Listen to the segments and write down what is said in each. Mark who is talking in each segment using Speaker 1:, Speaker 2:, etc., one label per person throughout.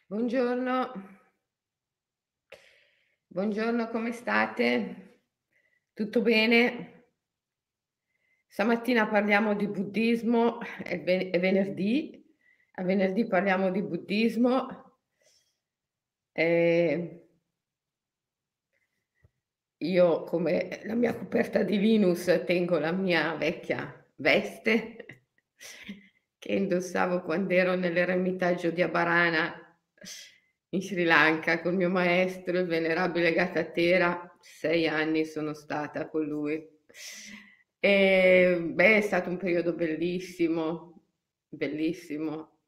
Speaker 1: Buongiorno, buongiorno, come state? Tutto bene? Stamattina parliamo di buddismo, è venerdì, a venerdì parliamo di buddismo. Ehm, io come la mia coperta di Linus tengo la mia vecchia veste che indossavo quand'ero nell'eremitaggio di Abarana in Sri Lanka col mio maestro, il venerabile Gatatera. 6 anni sono stata con lui. Beh, è stato un periodo bellissimo, bellissimo,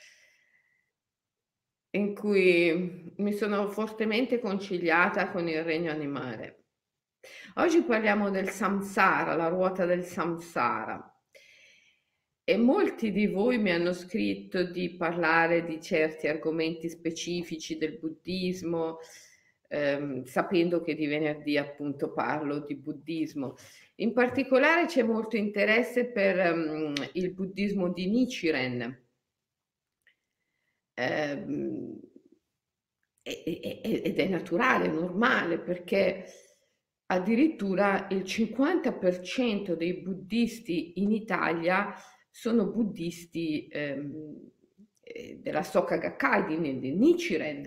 Speaker 1: in cui mi sono fortemente conciliata con il regno animale. Oggi parliamo del samsara, la ruota del samsara. E molti di voi mi hanno scritto di parlare di certi argomenti specifici del buddismo, sapendo che di venerdì appunto parlo di buddismo. In particolare c'è molto interesse per il buddismo di Nichiren. Ehm, ed è naturale, è normale, perché addirittura il 50% dei buddisti in Italia sono buddisti della Soka Gakkai di Nichiren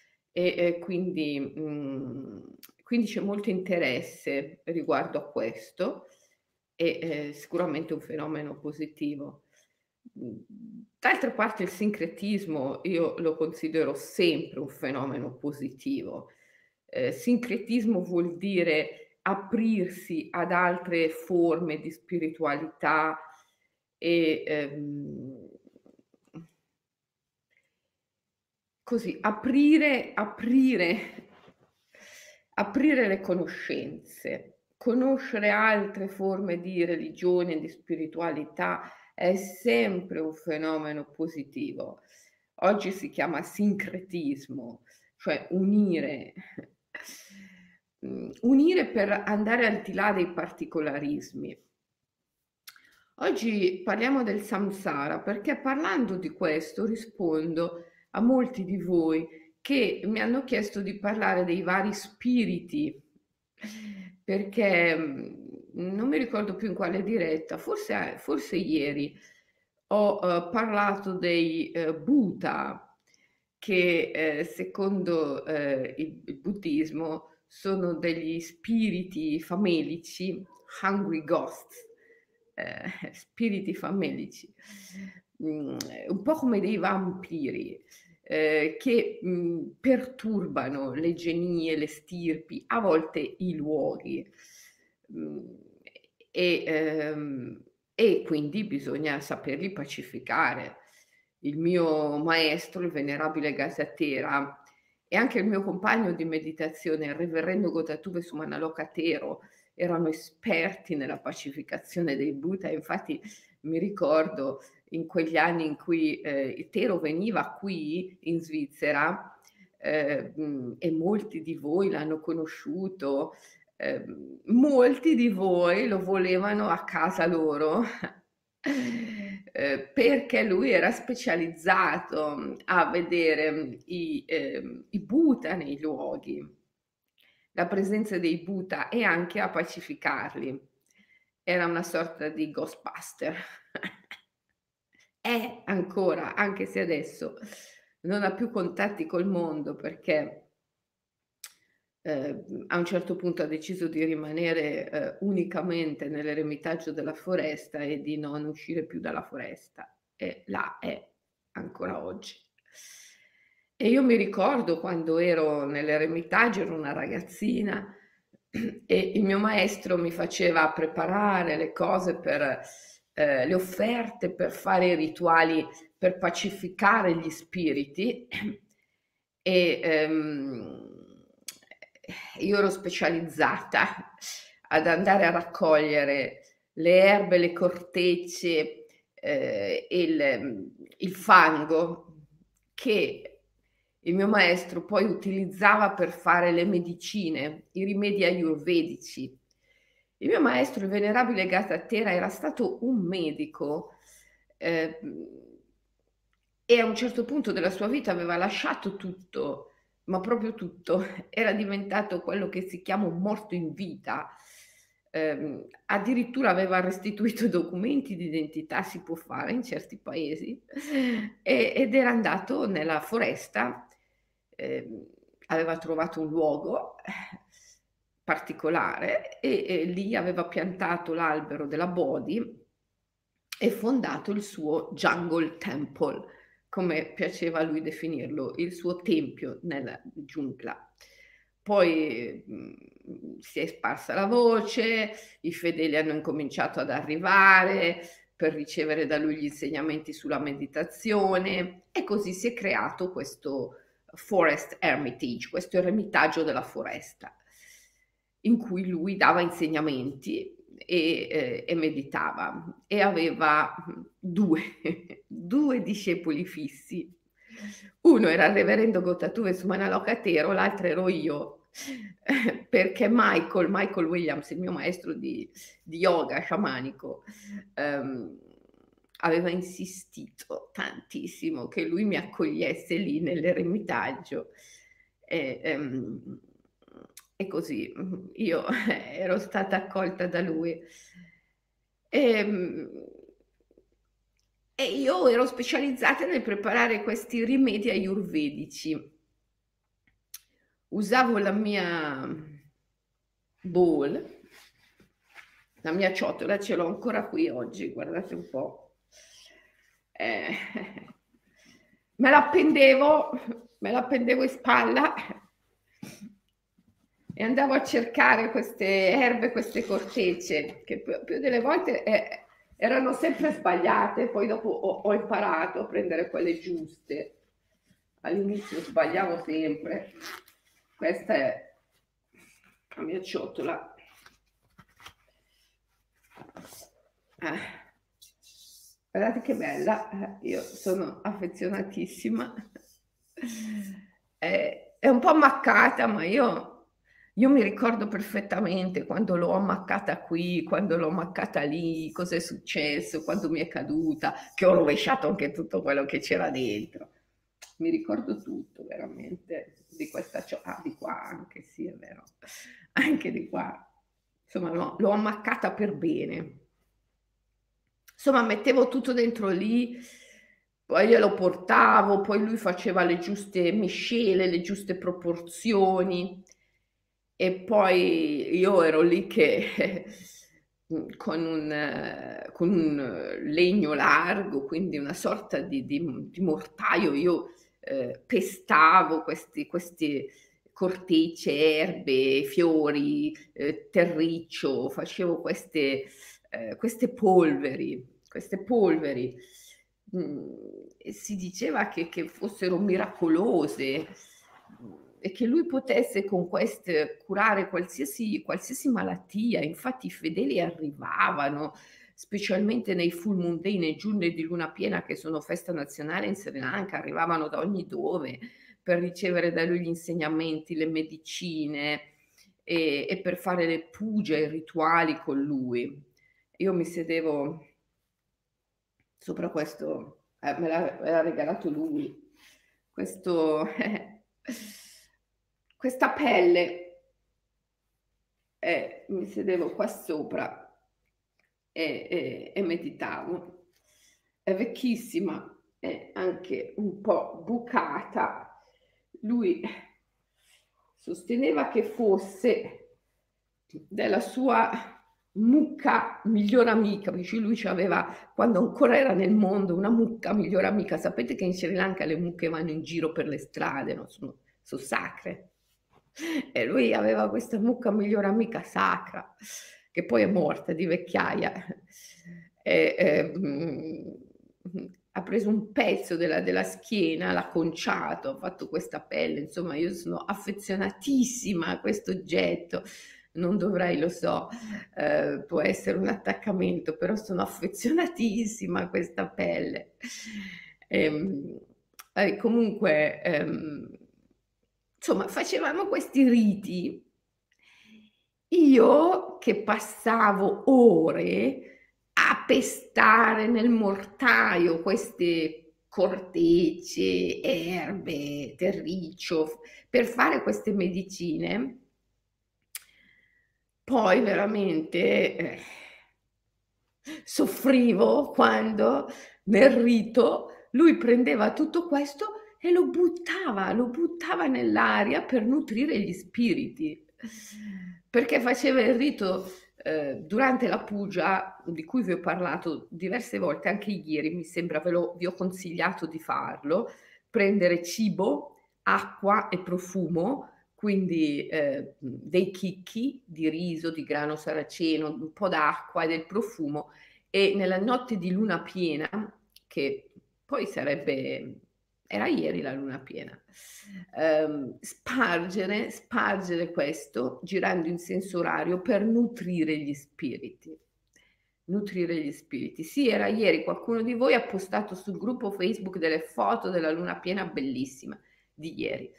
Speaker 1: quindi c'è molto interesse riguardo a questo e sicuramente un fenomeno positivo. D'altra parte il sincretismo io lo considero sempre un fenomeno positivo. Sincretismo vuol dire aprirsi ad altre forme di spiritualità e, così aprire le conoscenze, conoscere altre forme di religione e di spiritualità è sempre un fenomeno positivo. Oggi si chiama sincretismo, cioè unire per andare al di là dei particolarismi. Oggi parliamo del samsara perché parlando di questo rispondo a molti di voi che mi hanno chiesto di parlare dei vari spiriti, perché non mi ricordo più in quale diretta, forse ieri ho parlato dei Bhuta, che secondo il buddismo sono degli spiriti famelici, hungry ghosts, spiriti famelici, un po' come dei vampiri che perturbano le genie, le stirpi, a volte i luoghi. Mhmm, e, ehm, e quindi bisogna saperli pacificare. Il mio maestro, il venerabile Gasatera, e anche il mio compagno di meditazione, il reverendo Gotatuve Sumanaloka Tero, erano esperti nella pacificazione dei Buddha. Infatti mi ricordo in quegli anni in cui Tero veniva qui in Svizzera, e molti di voi l'hanno conosciuto, molti di voi lo volevano a casa loro, perché lui era specializzato a vedere i Bhuta nei luoghi, la presenza dei Bhuta e anche a pacificarli. Era una sorta di Ghostbuster. È ancora, anche se adesso non ha più contatti col mondo perché, a un certo punto ha deciso di rimanere, unicamente nell'eremitaggio della foresta e di non uscire più dalla foresta e là è ancora oggi. E io mi ricordo quando ero nell'eremitaggio, ero una ragazzina e il mio maestro mi faceva preparare le cose per le offerte per fare i rituali per pacificare gli spiriti e io ero specializzata ad andare a raccogliere le erbe, le cortecce, il fango che il mio maestro poi utilizzava per fare le medicine, i rimedi ayurvedici. Il mio maestro, il venerabile Gatatera, era stato un medico, ehm, e a un certo punto della sua vita aveva lasciato tutto, ma proprio tutto, era diventato quello che si chiama un morto in vita. Addirittura aveva restituito documenti di identità, si può fare in certi paesi, ed era andato nella foresta, ehm, aveva trovato un luogo particolare e lì aveva piantato l'albero della Bodhi e fondato il suo Jungle Temple, come piaceva a lui definirlo, il suo tempio nella giungla. Poi si è sparsa la voce, i fedeli hanno incominciato ad arrivare per ricevere da lui gli insegnamenti sulla meditazione e così si è creato questo Forest Hermitage, questo eremitaggio della foresta, in cui lui dava insegnamenti e meditava e aveva due, due discepoli fissi. Uno era il reverendo Gottatù Sumanalokatero, l'altro ero io, perché Michael Williams, il mio maestro di yoga sciamanico, aveva insistito tantissimo che lui mi accogliesse lì nell'eremitaggio. E così io ero stata accolta da lui. Ehm, e io ero specializzata nel preparare questi rimedi ayurvedici. Usavo la mia bowl, la mia ciotola, ce l'ho ancora qui oggi, guardate un po'. Me la appendevo in spalla e andavo a cercare queste erbe, queste cortecce, che più delle volte erano sempre sbagliate, poi dopo ho imparato a prendere quelle giuste. All'inizio sbagliavo sempre. Questa è la mia ciotola. Guardate che bella, io sono affezionatissima. È un po' ammaccata, ma io mi ricordo perfettamente quando l'ho ammaccata qui, quando l'ho ammaccata lì, cosa è successo, quando mi è caduta, che ho rovesciato anche tutto quello che c'era dentro. Mi ricordo tutto veramente di questa di qua anche, sì, è vero, anche di qua. Insomma, no, l'ho ammaccata per bene. Insomma, mettevo tutto dentro lì, poi glielo portavo, poi lui faceva le giuste miscele, le giuste proporzioni e poi io ero lì che con un legno largo, quindi una sorta di mortaio, io pestavo questi cortecce, erbe, fiori, terriccio, facevo queste polveri. E si diceva che fossero miracolose e che lui potesse con queste curare qualsiasi malattia. Infatti i fedeli arrivavano, specialmente nei full moon day, nei giorni di luna piena che sono festa nazionale in Sri Lanka, arrivavano da ogni dove per ricevere da lui gli insegnamenti, le medicine e per fare le puge, i rituali con lui. Io mi sedevo sopra questo, me l'ha regalato lui, questa pelle, mi sedevo qua sopra e meditavo. È vecchissima, è anche un po' bucata. Lui sosteneva che fosse della sua mucca miglior amica, perché lui aveva, quando ancora era nel mondo, una mucca miglior amica. Sapete che in Sri Lanka le mucche vanno in giro per le strade, no? Sono sacre. E lui aveva questa mucca miglior amica sacra, che poi è morta di vecchiaia. Ha preso un pezzo della schiena, l'ha conciato, ha fatto questa pelle. Insomma, io sono affezionatissima a questo oggetto. Non dovrei, lo so, può essere un attaccamento, però sono affezionatissima a questa pelle. Comunque, insomma, facevamo questi riti. Io che passavo ore a pestare nel mortaio queste cortecce, erbe, terriccio, per fare queste medicine. Poi veramente, soffrivo quando nel rito lui prendeva tutto questo e lo buttava nell'aria per nutrire gli spiriti. Perché faceva il rito, durante la puja, di cui vi ho parlato diverse volte, anche ieri mi sembra vi ho consigliato di farlo, prendere cibo, acqua e profumo, quindi dei chicchi di riso, di grano saraceno, un po' d'acqua e del profumo, e nella notte di luna piena, che poi era ieri la luna piena, spargere questo girando in senso orario per nutrire gli spiriti. Nutrire gli spiriti. Sì, era ieri, qualcuno di voi ha postato sul gruppo Facebook delle foto della luna piena bellissima di ieri.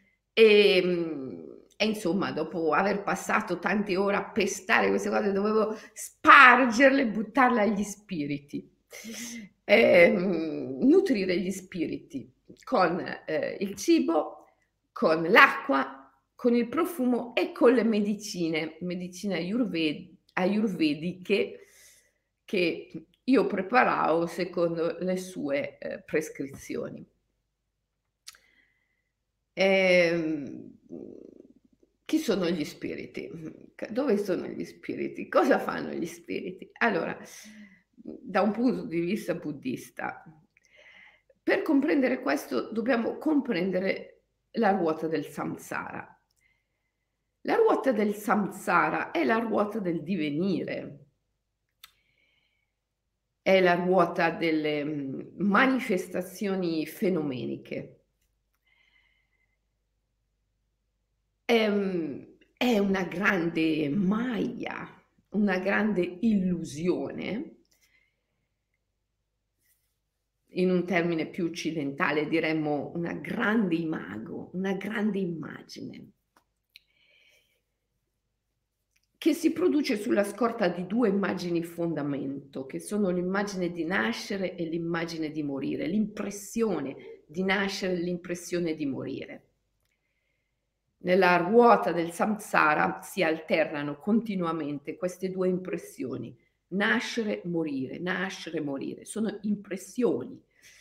Speaker 1: E insomma, dopo aver passato tante ore a pestare queste cose, dovevo spargerle, buttarle agli spiriti. Nutrire gli spiriti con il cibo, con l'acqua, con il profumo e con le medicine ayurvediche che io preparavo secondo le sue prescrizioni. Chi sono gli spiriti? Dove sono gli spiriti? Cosa fanno gli spiriti? Allora, da un punto di vista buddista, per comprendere questo dobbiamo comprendere la ruota del samsara. La ruota del samsara è la ruota del divenire, è la ruota delle manifestazioni fenomeniche. È una grande maya, una grande illusione. In un termine più occidentale diremmo una grande imago, una grande immagine, che si produce sulla scorta di due immagini fondamento, che sono l'immagine di nascere e l'immagine di morire, l'impressione di nascere e l'impressione di morire. Nella ruota del samsara si alternano continuamente queste due impressioni, nascere, morire, sono impressioni,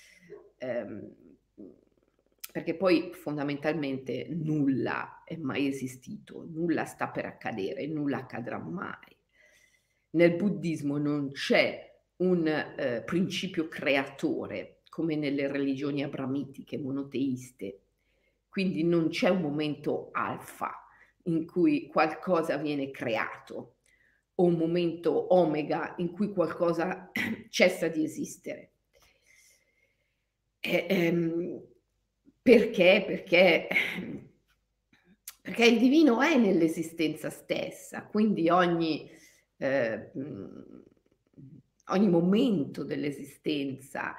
Speaker 1: perché poi fondamentalmente nulla è mai esistito, nulla sta per accadere, nulla accadrà mai. Nel buddismo non c'è un principio creatore come nelle religioni abramitiche monoteiste, quindi non c'è un momento alfa in cui qualcosa viene creato o un momento omega in cui qualcosa cessa di esistere. Perché? Perché il divino è nell'esistenza stessa, quindi ogni momento dell'esistenza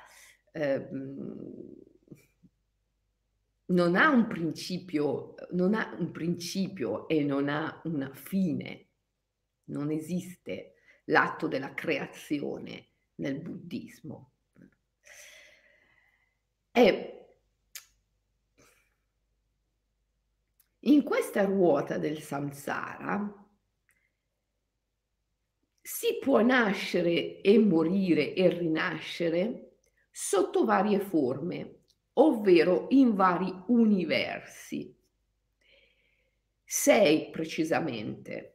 Speaker 1: non ha un principio e non ha una fine. Non esiste l'atto della creazione nel buddismo. E in questa ruota del samsara si può nascere e morire e rinascere sotto varie forme, ovvero in vari universi. 6 precisamente.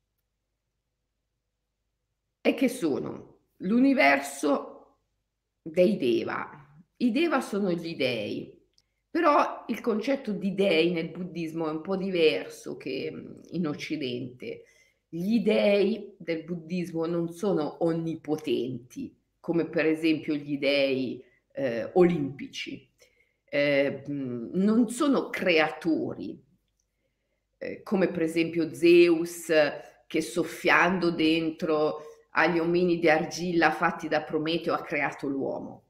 Speaker 1: E che sono l'universo dei Deva. I Deva sono gli dei, però il concetto di dei nel buddismo è un po' diverso che in Occidente. Gli dei del buddismo non sono onnipotenti, come per esempio gli dei olimpici, non sono creatori, come per esempio Zeus che soffiando dentro agli omini di argilla fatti da Prometeo ha creato l'uomo.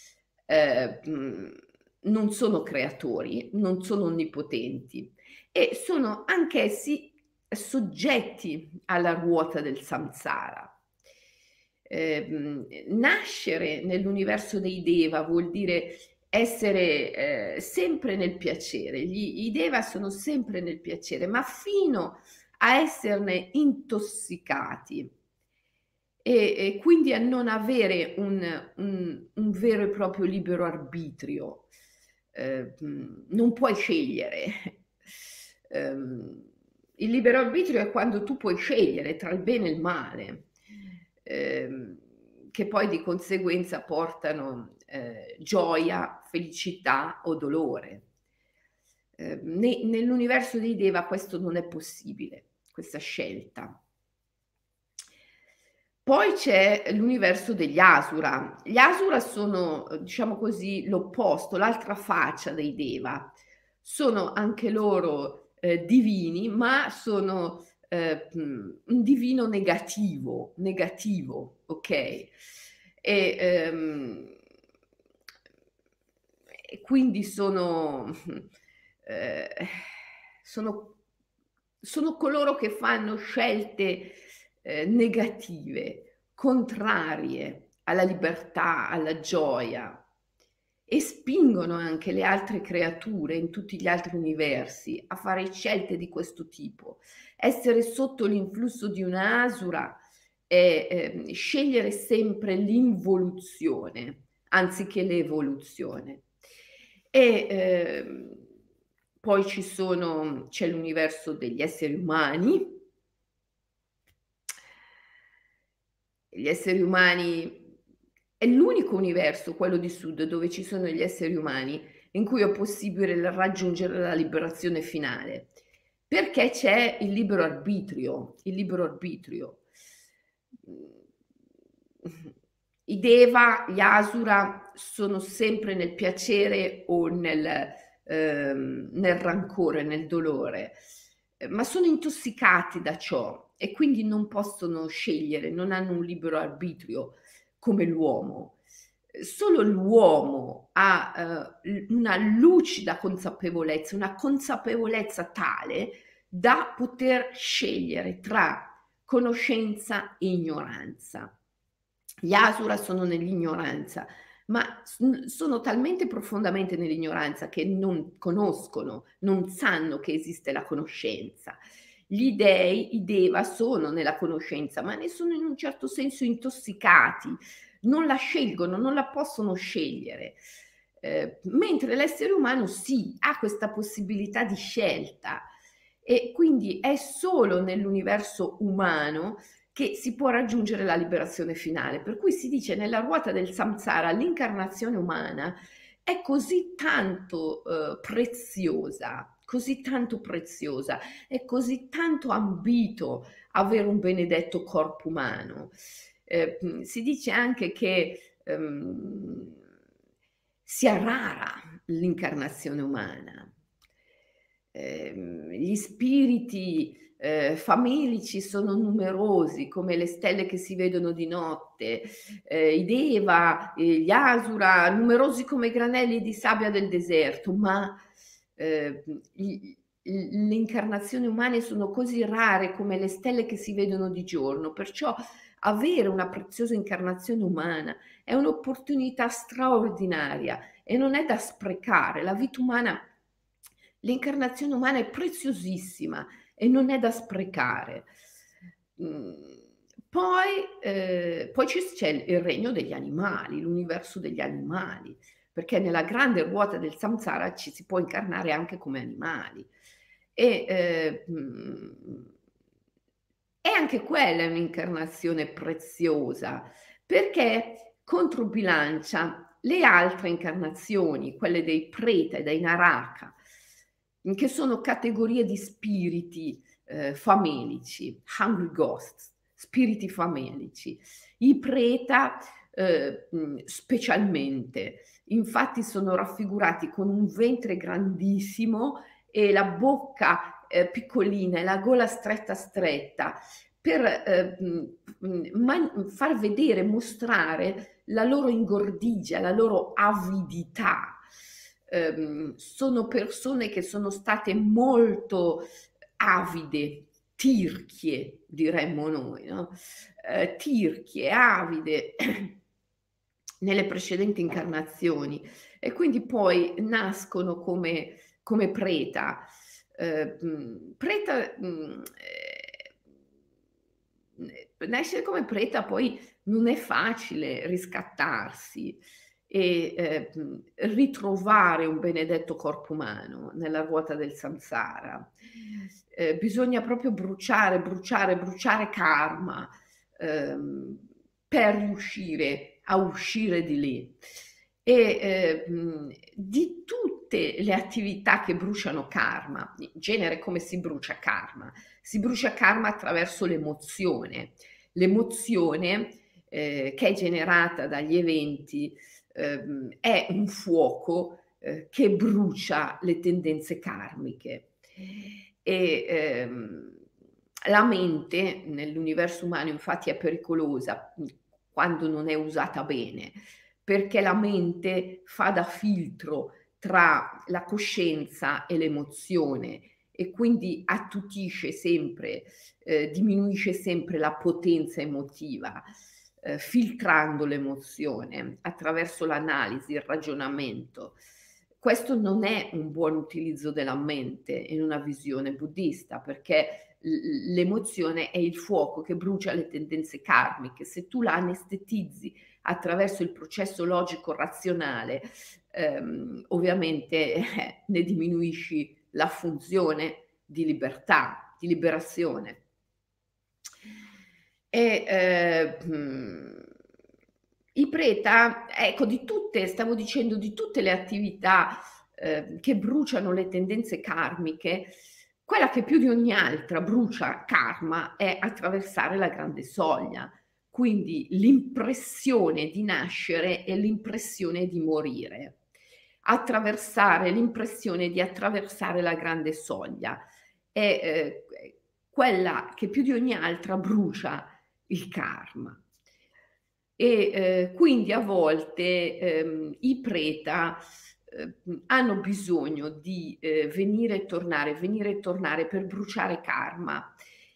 Speaker 1: Non sono creatori, non sono onnipotenti e sono anch'essi soggetti alla ruota del samsara. Nascere nell'universo dei Deva vuol dire essere sempre nel piacere. I Deva sono sempre nel piacere, ma fino a esserne intossicati e quindi a non avere un vero e proprio libero arbitrio. Non puoi scegliere. Ehm, il libero arbitrio è quando tu puoi scegliere tra il bene e il male, ehm, che poi di conseguenza portano gioia, felicità o dolore. Nell'universo dei Deva questo non è possibile, questa scelta. Poi c'è l'universo degli Asura. Gli Asura sono, diciamo così, l'opposto, l'altra faccia dei Deva. Sono anche loro divini, ma sono un divino negativo, ok? E, e quindi eh, sono, sono coloro che fanno scelte negative, contrarie alla libertà, alla gioia e spingono anche le altre creature in tutti gli altri universi a fare scelte di questo tipo. Essere sotto l'influsso di un'asura è scegliere sempre l'involuzione anziché l'evoluzione. E poi c'è l'universo degli esseri umani. Gli esseri umani è l'unico universo, quello di Sud, dove ci sono gli esseri umani, in cui è possibile raggiungere la liberazione finale, perché c'è il libero arbitrio, il libero arbitrio. I Deva, gli Asura sono sempre nel piacere o nel rancore, nel dolore, ma sono intossicati da ciò e quindi non possono scegliere, non hanno un libero arbitrio come l'uomo. Solo l'uomo ha una lucida consapevolezza, una consapevolezza tale da poter scegliere tra conoscenza e ignoranza. Gli Asura sono nell'ignoranza, ma sono talmente profondamente nell'ignoranza che non conoscono, non sanno che esiste la conoscenza. Gli dei, i Deva, sono nella conoscenza, ma ne sono in un certo senso intossicati, non la scelgono, non la possono scegliere. Mentre l'essere umano sì, ha questa possibilità di scelta e quindi è solo nell'universo umano che si può raggiungere la liberazione finale. Per cui si dice nella ruota del samsara l'incarnazione umana è così tanto preziosa, è così tanto ambito avere un benedetto corpo umano. Si dice anche che sia rara l'incarnazione umana. Gli spiriti famelici sono numerosi, come le stelle che si vedono di notte, i Deva, gli Asura, numerosi come i granelli di sabbia del deserto, ma eh, le incarnazioni umane sono così rare come le stelle che si vedono di giorno, perciò avere una preziosa incarnazione umana è un'opportunità straordinaria e non è da sprecare. La vita umana, l'incarnazione umana è preziosissima e non è da sprecare. Poi c'è il regno degli animali, l'universo degli animali, perché nella grande ruota del samsara ci si può incarnare anche come animali. E anche quella è un'incarnazione preziosa, perché controbilancia le altre incarnazioni, quelle dei preta e dei naraka, che sono categorie di spiriti famelici, hungry ghosts, spiriti famelici. I preta specialmente, infatti sono raffigurati con un ventre grandissimo e la bocca piccolina e la gola stretta per far vedere, mostrare la loro ingordigia, la loro avidità. Sono persone che sono state molto avide tirchie, diremmo noi, no, tirchie, avide nelle precedenti incarnazioni e quindi poi nascono come preta. Preta, nascere come preta poi non è facile riscattarsi e, ritrovare un benedetto corpo umano nella ruota del samsara. Bisogna proprio bruciare, bruciare, bruciare karma, ehm, per riuscire a uscire di lì. E, di tutte le attività che bruciano karma, in genere come si brucia karma? Si brucia karma attraverso l'emozione. L'emozione, che è generata dagli eventi, è un fuoco, che brucia le tendenze karmiche. E, la mente nell'universo umano infatti è pericolosa, quando non è usata bene, perché la mente fa da filtro tra la coscienza e l'emozione e quindi attutisce sempre, diminuisce sempre la potenza emotiva, filtrando l'emozione attraverso l'analisi, il ragionamento. Questo non è un buon utilizzo della mente in una visione buddista, perché l'emozione è il fuoco che brucia le tendenze karmiche. Se tu la anestetizzi attraverso il processo logico razionale, ovviamente ne diminuisci la funzione di libertà, di liberazione. E, i preta, ecco, stavo dicendo, di tutte le attività che bruciano le tendenze karmiche, quella che più di ogni altra brucia karma è attraversare la grande soglia, quindi l'impressione di nascere e l'impressione di morire. Attraversare l'impressione di attraversare la grande soglia è quella che più di ogni altra brucia il karma. E quindi a volte i preta hanno bisogno di venire e tornare per bruciare karma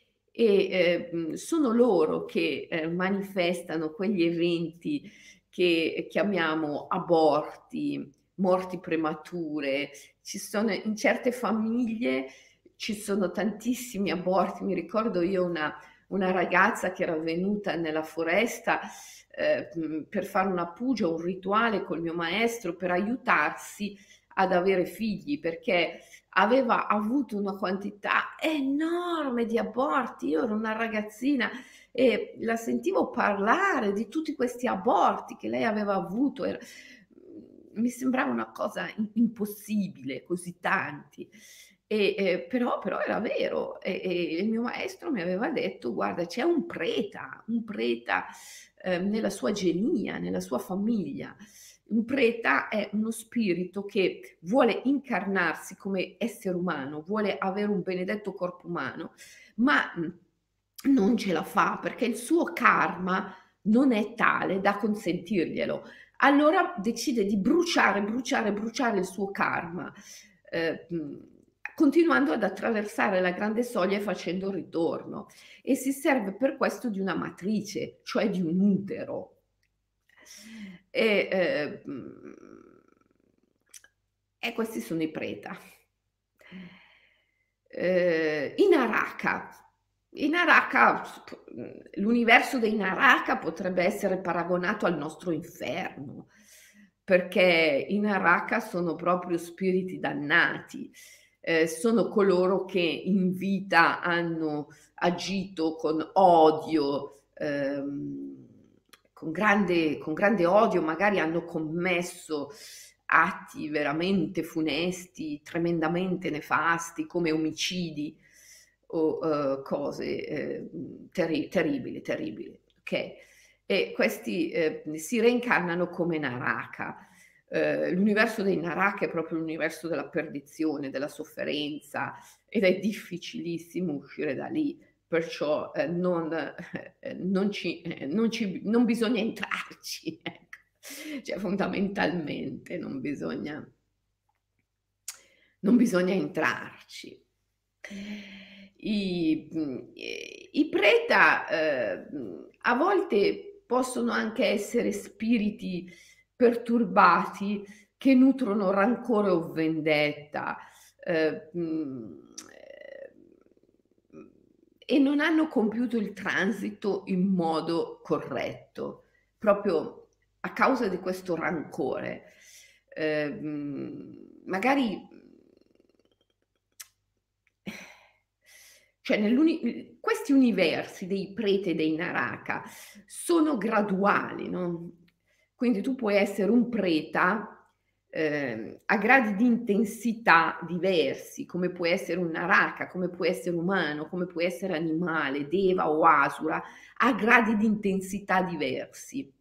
Speaker 1: e sono loro che manifestano quegli eventi che chiamiamo aborti, morti premature. Ci sono in certe famiglie ci sono tantissimi aborti. Mi ricordo io una ragazza che era venuta nella foresta per fare una puja, un rituale col mio maestro per aiutarsi ad avere figli, perché aveva avuto una quantità enorme di aborti. Io ero una ragazzina e la sentivo parlare di tutti questi aborti che lei aveva avuto. Mi sembrava una cosa impossibile, così tanti. Però era vero e il mio maestro mi aveva detto: "Guarda, c'è un preta, nella sua genia, nella sua famiglia. Un preta è uno spirito che vuole incarnarsi come essere umano, vuole avere un benedetto corpo umano, ma, non ce la fa perché il suo karma non è tale da consentirglielo. Allora decide di bruciare, bruciare, bruciare il suo karma, continuando ad attraversare la grande soglia e facendo il ritorno e si serve per questo di una matrice, cioè di un utero. E, e questi sono i preta. In Araka, l'universo dei Naraka potrebbe essere paragonato al nostro inferno, perché i Naraka sono proprio spiriti dannati, sono coloro che in vita hanno agito con odio, con grande odio, magari hanno commesso atti veramente funesti, tremendamente nefasti, come omicidi o cose terribili, terribili. Okay? E questi si reincarnano come Naraka. L'universo dei Naraka è proprio l'universo della perdizione, della sofferenza ed è difficilissimo uscire da lì, perciò non bisogna entrarci, ecco. Cioè fondamentalmente non bisogna entrarci. I preta a volte possono anche essere spiriti perturbati che nutrono rancore o vendetta, eh, mh, e non hanno compiuto il transito in modo corretto, proprio a causa di questo rancore. Magari, cioè questi universi dei prete e dei naraka sono graduali, no? Quindi tu puoi essere un preta a gradi di intensità diversi, come può essere un naraka, come può essere umano, come può essere animale, deva o asura, a gradi di intensità diversi.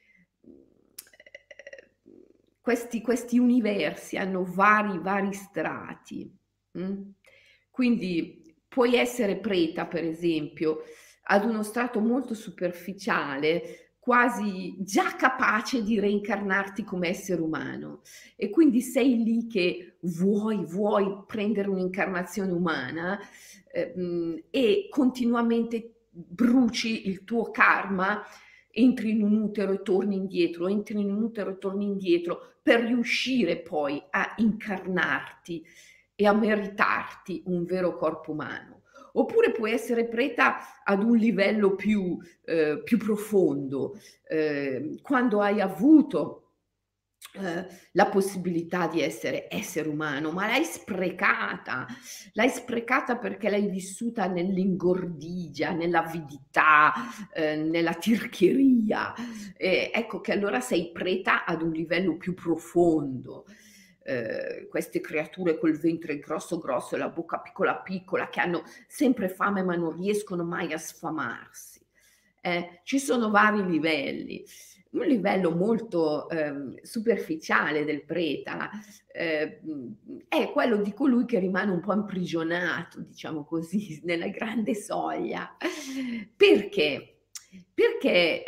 Speaker 1: Questi universi hanno vari strati. Quindi puoi essere preta, per esempio, ad uno strato molto superficiale, quasi già capace di reincarnarti come essere umano, e quindi sei lì che vuoi prendere un'incarnazione umana, e continuamente bruci il tuo karma, entri in un utero e torni indietro, entri in un utero e torni indietro, per riuscire poi a incarnarti e a meritarti un vero corpo umano. Oppure puoi essere preta ad un livello più profondo, quando hai avuto la possibilità di essere umano, ma l'hai sprecata perché l'hai vissuta nell'ingordigia, nell'avidità, nella tirchieria. Ecco che allora sei preta ad un livello più profondo. Queste creature col ventre grosso e la bocca piccola, che hanno sempre fame ma non riescono mai a sfamarsi. Ci sono vari livelli. Un livello molto superficiale del preta è quello di colui che rimane un po' imprigionato, diciamo così, nella grande soglia. Perché? Perché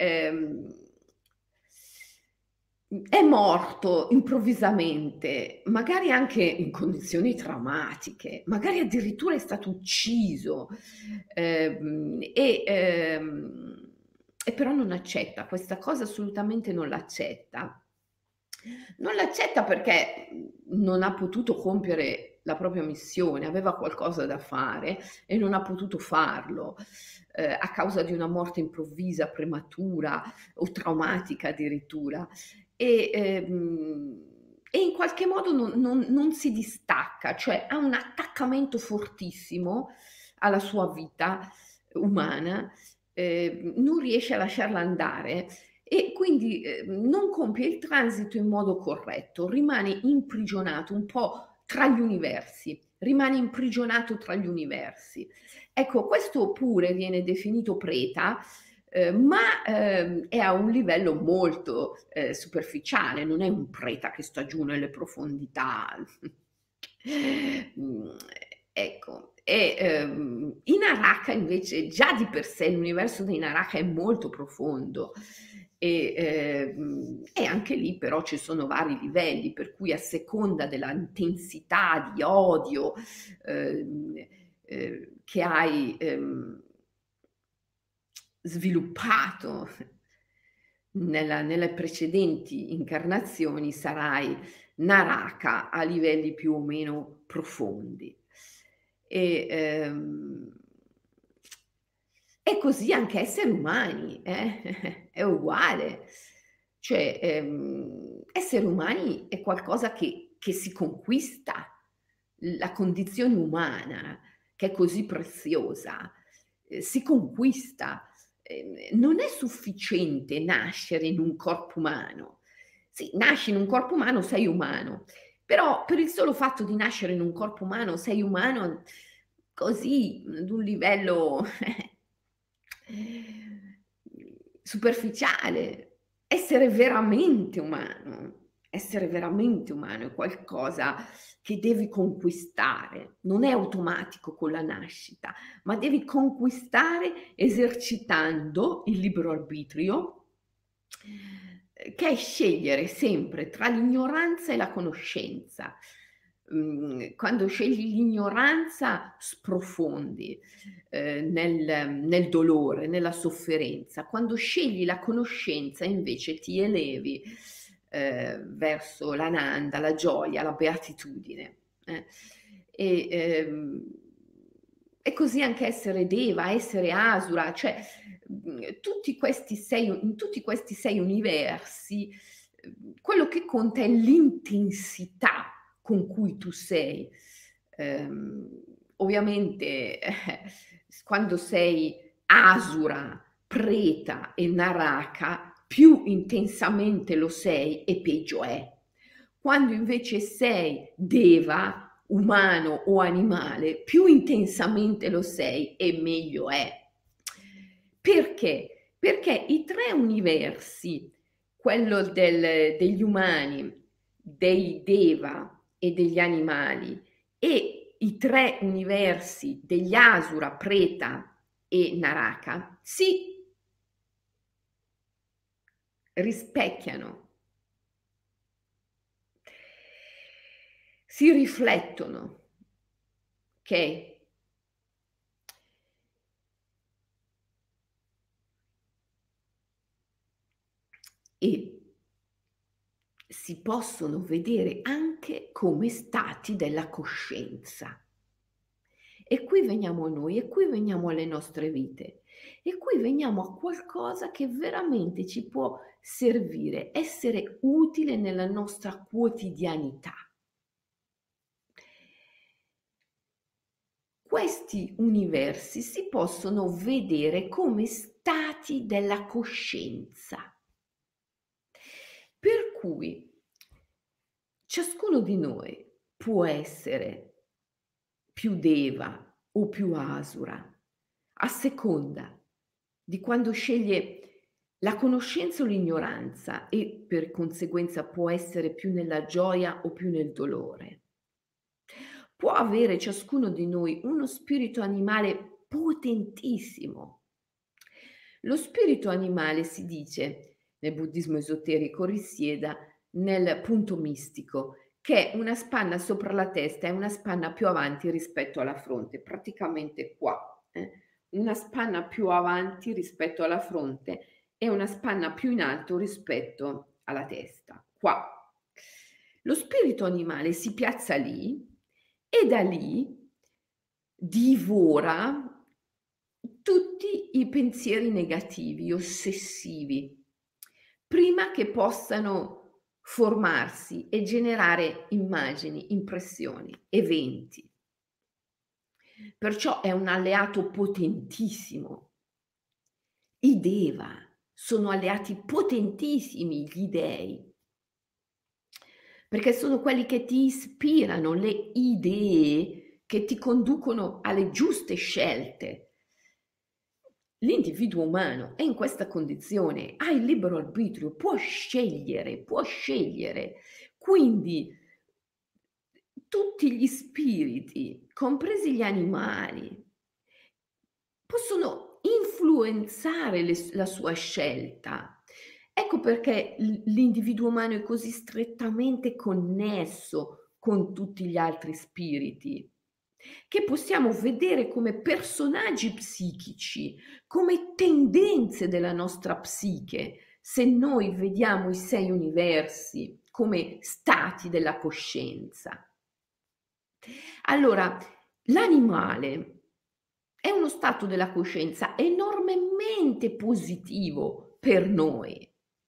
Speaker 1: è morto improvvisamente, magari anche in condizioni traumatiche, magari addirittura è stato ucciso, e però non accetta questa cosa, assolutamente non l'accetta. Non l'accetta perché non ha potuto compiere la propria missione, aveva qualcosa da fare e non ha potuto farlo, a causa di una morte improvvisa, prematura o traumatica addirittura. E in qualche modo non si distacca, cioè ha un attaccamento fortissimo alla sua vita umana, non riesce a lasciarla andare e quindi non compie il transito in modo corretto, rimane imprigionato un po' tra gli universi, rimane imprigionato tra gli universi. Ecco, questo pure viene definito preta, ma è a un livello molto superficiale, non è un preta che sta giù nelle profondità. Mm, ecco, e in Araka invece già di per sé l'universo dei Naraka è molto profondo e anche lì però ci sono vari livelli, per cui a seconda della intensità di odio che hai sviluppato nelle precedenti incarnazioni, sarai Naraka a livelli più o meno profondi. E, e così anche esseri umani, è uguale. Cioè, esseri umani è qualcosa che si conquista, la condizione umana, che è così preziosa, si conquista. Non è sufficiente nascere in un corpo umano. Sì, nasci in un corpo umano, sei umano, però per il solo fatto di nascere in un corpo umano sei umano così, ad un livello superficiale. Essere veramente umano è qualcosa che devi conquistare, non è automatico con la nascita, ma devi conquistare esercitando il libero arbitrio, che è scegliere sempre tra l'ignoranza e la conoscenza. quando scegli l'ignoranza sprofondi, nel dolore, nella sofferenza. Quando scegli la conoscenza invece ti elevi, verso l'ananda, la gioia, la beatitudine, eh. E, e così anche essere Deva, essere Asura, cioè, in tutti questi 6 universi, quello che conta è l'intensità con cui tu sei. Ovviamente, quando sei Asura, Preta e Naraka, più intensamente lo sei e peggio è. Quando invece sei Deva, umano o animale, più intensamente lo sei e meglio è. Perché? Perché i 3 universi, quello degli umani, dei Deva e degli animali, e i 3 universi degli Asura, Preta e Naraka, si rispecchiano, si riflettono, ok? E si possono vedere anche come stati della coscienza. E qui veniamo a noi, e qui veniamo alle nostre vite, e qui veniamo a qualcosa che veramente ci può servire, essere utile nella nostra quotidianità. Questi universi si possono vedere come stati della coscienza. Per cui ciascuno di noi può essere più Deva o più Asura, a seconda di quando sceglie la conoscenza o l'ignoranza e per conseguenza può essere più nella gioia o più nel dolore. Può avere ciascuno di noi uno spirito animale potentissimo. Lo spirito animale, si dice nel buddismo esoterico, risieda nel punto mistico, che è una spanna sopra la testa e una spanna più avanti rispetto alla fronte, praticamente qua. Una spanna più avanti rispetto alla fronte e una spanna più in alto rispetto alla testa, qua. Lo spirito animale si piazza lì e da lì divora tutti i pensieri negativi, ossessivi, prima che possano formarsi e generare immagini, impressioni, eventi. Perciò è un alleato potentissimo. I Deva sono alleati potentissimi, gli dei, perché sono quelli che ti ispirano le idee che ti conducono alle giuste scelte. L'individuo umano è in questa condizione, ha il libero arbitrio, può scegliere. Quindi tutti gli spiriti, compresi gli animali, possono influenzare la sua scelta. Ecco perché l'individuo umano è così strettamente connesso con tutti gli altri spiriti, che possiamo vedere come personaggi psichici, come tendenze della nostra psiche, se noi vediamo i 6 universi come stati della coscienza. Allora, l'animale è uno stato della coscienza enormemente positivo per noi,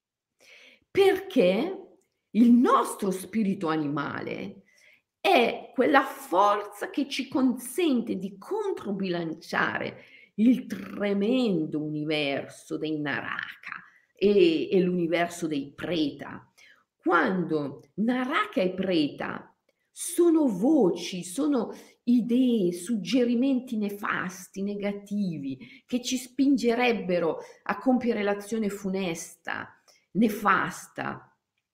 Speaker 1: perché il nostro spirito animale è quella forza che ci consente di controbilanciare il tremendo universo dei Naraka e l'universo dei Preta. Quando Naraka e Preta sono voci, sono idee, suggerimenti nefasti, negativi, che ci spingerebbero a compiere l'azione funesta, nefasta.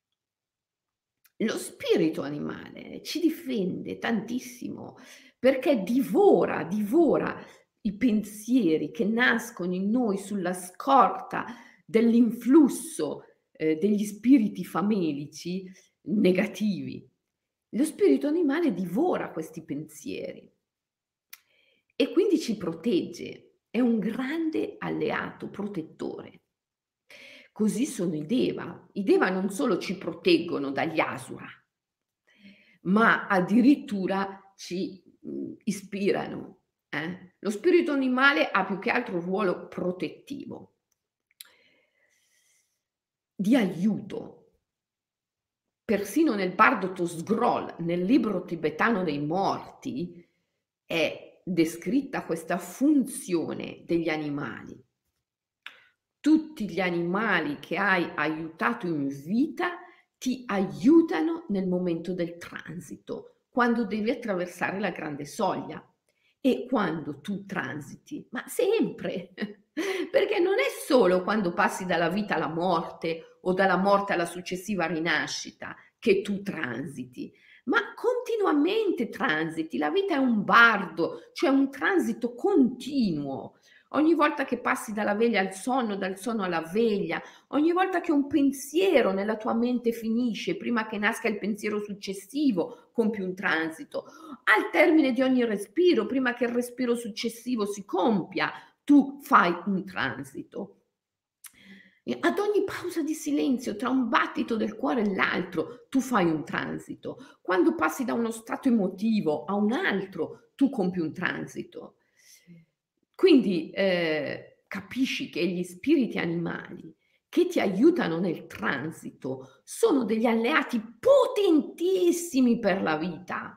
Speaker 1: Lo spirito animale ci difende tantissimo perché divora i pensieri che nascono in noi sulla scorta dell'influsso degli spiriti famelici negativi Lo spirito animale divora questi pensieri e quindi ci protegge, è un grande alleato protettore. Così sono i Deva. I Deva non solo ci proteggono dagli Asura, ma addirittura ci, ispirano, Lo spirito animale ha più che altro un ruolo protettivo, di aiuto. Persino nel Bhagavato Scroll, nel libro tibetano dei morti, è descritta questa funzione degli animali. Tutti gli animali che hai aiutato in vita ti aiutano nel momento del transito, quando devi attraversare la grande soglia e quando tu transiti, ma sempre, perché non è solo quando passi dalla vita alla morte o dalla morte alla successiva rinascita che tu transiti, ma continuamente transiti. La vita è un bardo, cioè un transito continuo. Ogni volta che passi dalla veglia al sonno, dal sonno alla veglia, ogni volta che un pensiero nella tua mente finisce, prima che nasca il pensiero successivo, compi un transito. Al termine di ogni respiro, prima che il respiro successivo si compia, tu fai un transito. E ad ogni pausa di silenzio, tra un battito del cuore e l'altro, tu fai un transito. Quando passi da uno stato emotivo a un altro, tu compi un transito. Quindi capisci che gli spiriti animali che ti aiutano nel transito sono degli alleati potentissimi per la vita.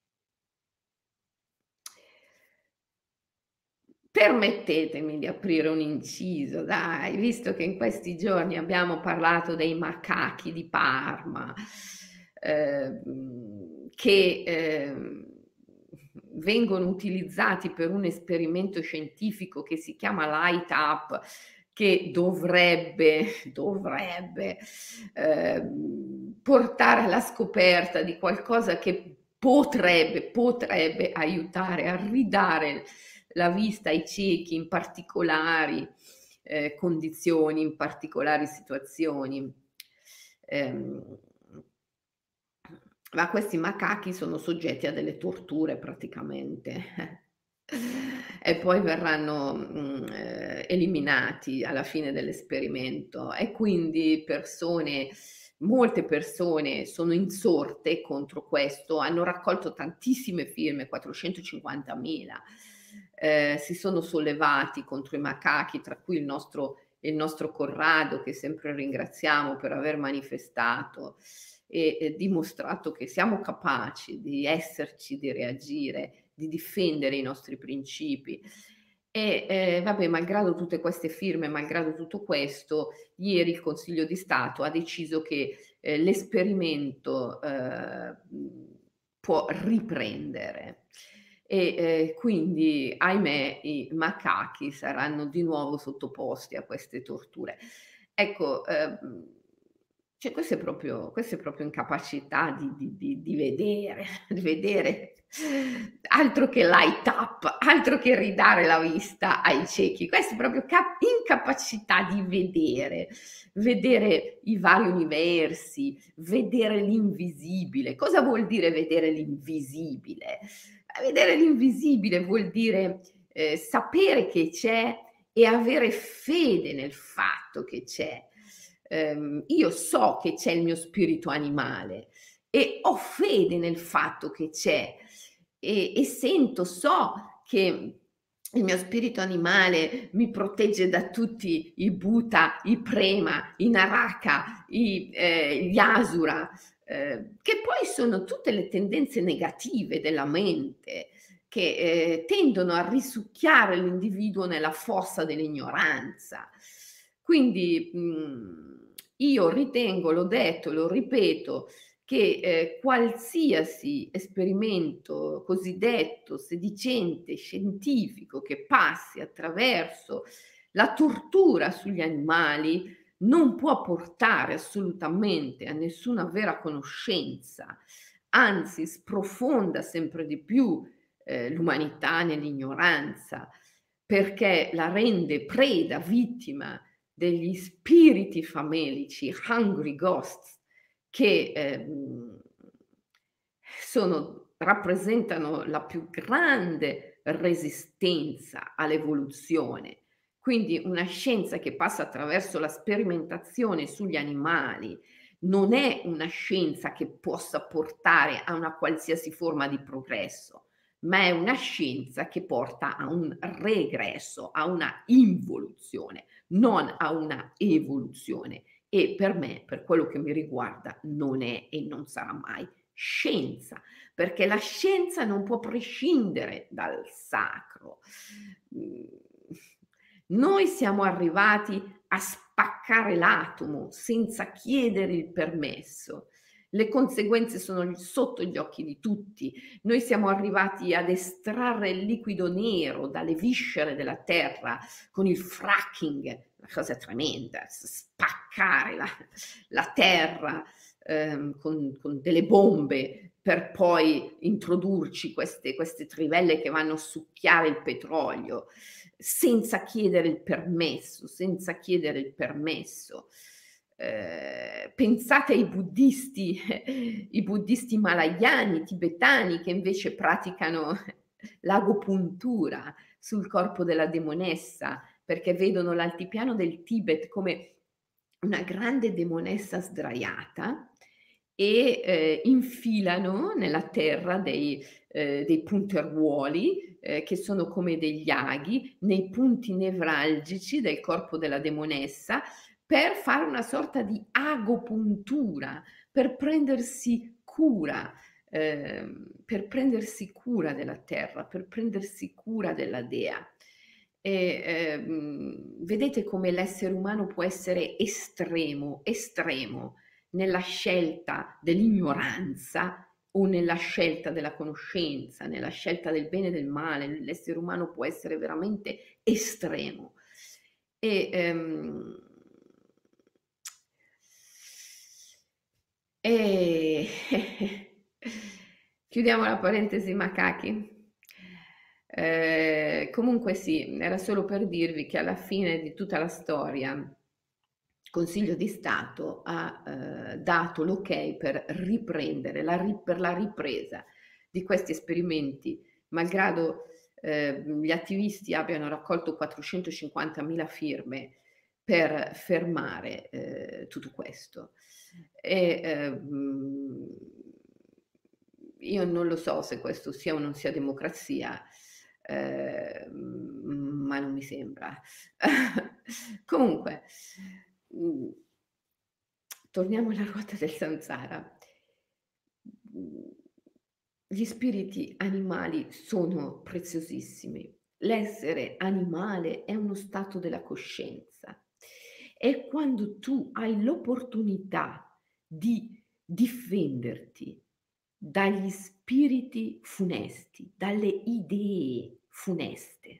Speaker 1: Permettetemi di aprire un inciso, dai, visto che in questi giorni abbiamo parlato dei macachi di Parma, che vengono utilizzati per un esperimento scientifico che si chiama Light Up, che dovrebbe portare alla scoperta di qualcosa che potrebbe aiutare a ridare la vista ai ciechi in particolari condizioni, in particolari situazioni. Ma questi macachi sono soggetti a delle torture praticamente e poi verranno, eliminati alla fine dell'esperimento e quindi molte persone sono insorte contro questo, hanno raccolto tantissime firme, 450.000, si sono sollevati contro i macachi, tra cui il nostro Corrado, che sempre ringraziamo per aver manifestato e dimostrato che siamo capaci di esserci, di reagire, di difendere i nostri principi. E vabbè, malgrado tutte queste firme, malgrado tutto questo, ieri il Consiglio di Stato ha deciso che l'esperimento può riprendere e quindi, ahimè, i macachi saranno di nuovo sottoposti a queste torture. Ecco, cioè questa è proprio incapacità di vedere, di vedere altro che light up, altro che ridare la vista ai ciechi. Questa è proprio incapacità di vedere i vari universi, vedere l'invisibile. Cosa vuol dire vedere l'invisibile? Vedere l'invisibile vuol dire, sapere che c'è e avere fede nel fatto che c'è. Io so che c'è il mio spirito animale e ho fede nel fatto che c'è e so che il mio spirito animale mi protegge da tutti i Bhuta, i Prema, i Naraka, gli Asura, che poi sono tutte le tendenze negative della mente che tendono a risucchiare l'individuo nella fossa dell'ignoranza. Quindi io ritengo, l'ho detto, lo ripeto, che qualsiasi esperimento cosiddetto sedicente, scientifico, che passi attraverso la tortura sugli animali, non può portare assolutamente a nessuna vera conoscenza, anzi sprofonda sempre di più l'umanità nell'ignoranza, perché la rende preda, vittima degli spiriti famelici, hungry ghosts, che rappresentano la più grande resistenza all'evoluzione. Quindi una scienza che passa attraverso la sperimentazione sugli animali non è una scienza che possa portare a una qualsiasi forma di progresso, ma è una scienza che porta a un regresso, a una involuzione, non a una evoluzione. E per me, per quello che mi riguarda, non è e non sarà mai scienza, perché la scienza non può prescindere dal sacro. Mhmm, Noi siamo arrivati a spaccare l'atomo senza chiedere il permesso. Le conseguenze sono sotto gli occhi di tutti. Noi siamo arrivati ad estrarre il liquido nero dalle viscere della terra con il fracking, una cosa tremenda, spaccare la terra con delle bombe per poi introdurci queste trivelle che vanno a succhiare il petrolio, senza chiedere il permesso, senza chiedere il permesso. Pensate ai buddisti, i buddisti himalayani, tibetani, che invece praticano l'agopuntura sul corpo della demonessa, perché vedono l'altipiano del Tibet come una grande demonessa sdraiata e, infilano nella terra dei punteruoli, che sono come degli aghi, nei punti nevralgici del corpo della demonessa, per fare una sorta di agopuntura, per prendersi cura, della terra, per prendersi cura della dea. Vedete come l'essere umano può essere estremo, estremo nella scelta dell'ignoranza o nella scelta della conoscenza, nella scelta del bene e del male. L'essere umano può essere veramente estremo. E, e chiudiamo la parentesi macachi. Comunque sì, era solo per dirvi che alla fine di tutta la storia il Consiglio di Stato ha dato l'ok per riprendere per la ripresa di questi esperimenti, malgrado gli attivisti abbiano raccolto 450.000 firme per fermare tutto questo. E, io non lo so se questo sia o non sia democrazia, ma non mi sembra. Comunque, mhmm, torniamo alla ruota del samsara. Mhmm, Gli spiriti animali sono preziosissimi. L'essere animale è uno stato della coscienza e quando tu hai l'opportunità di difenderti dagli spiriti funesti, dalle idee funeste.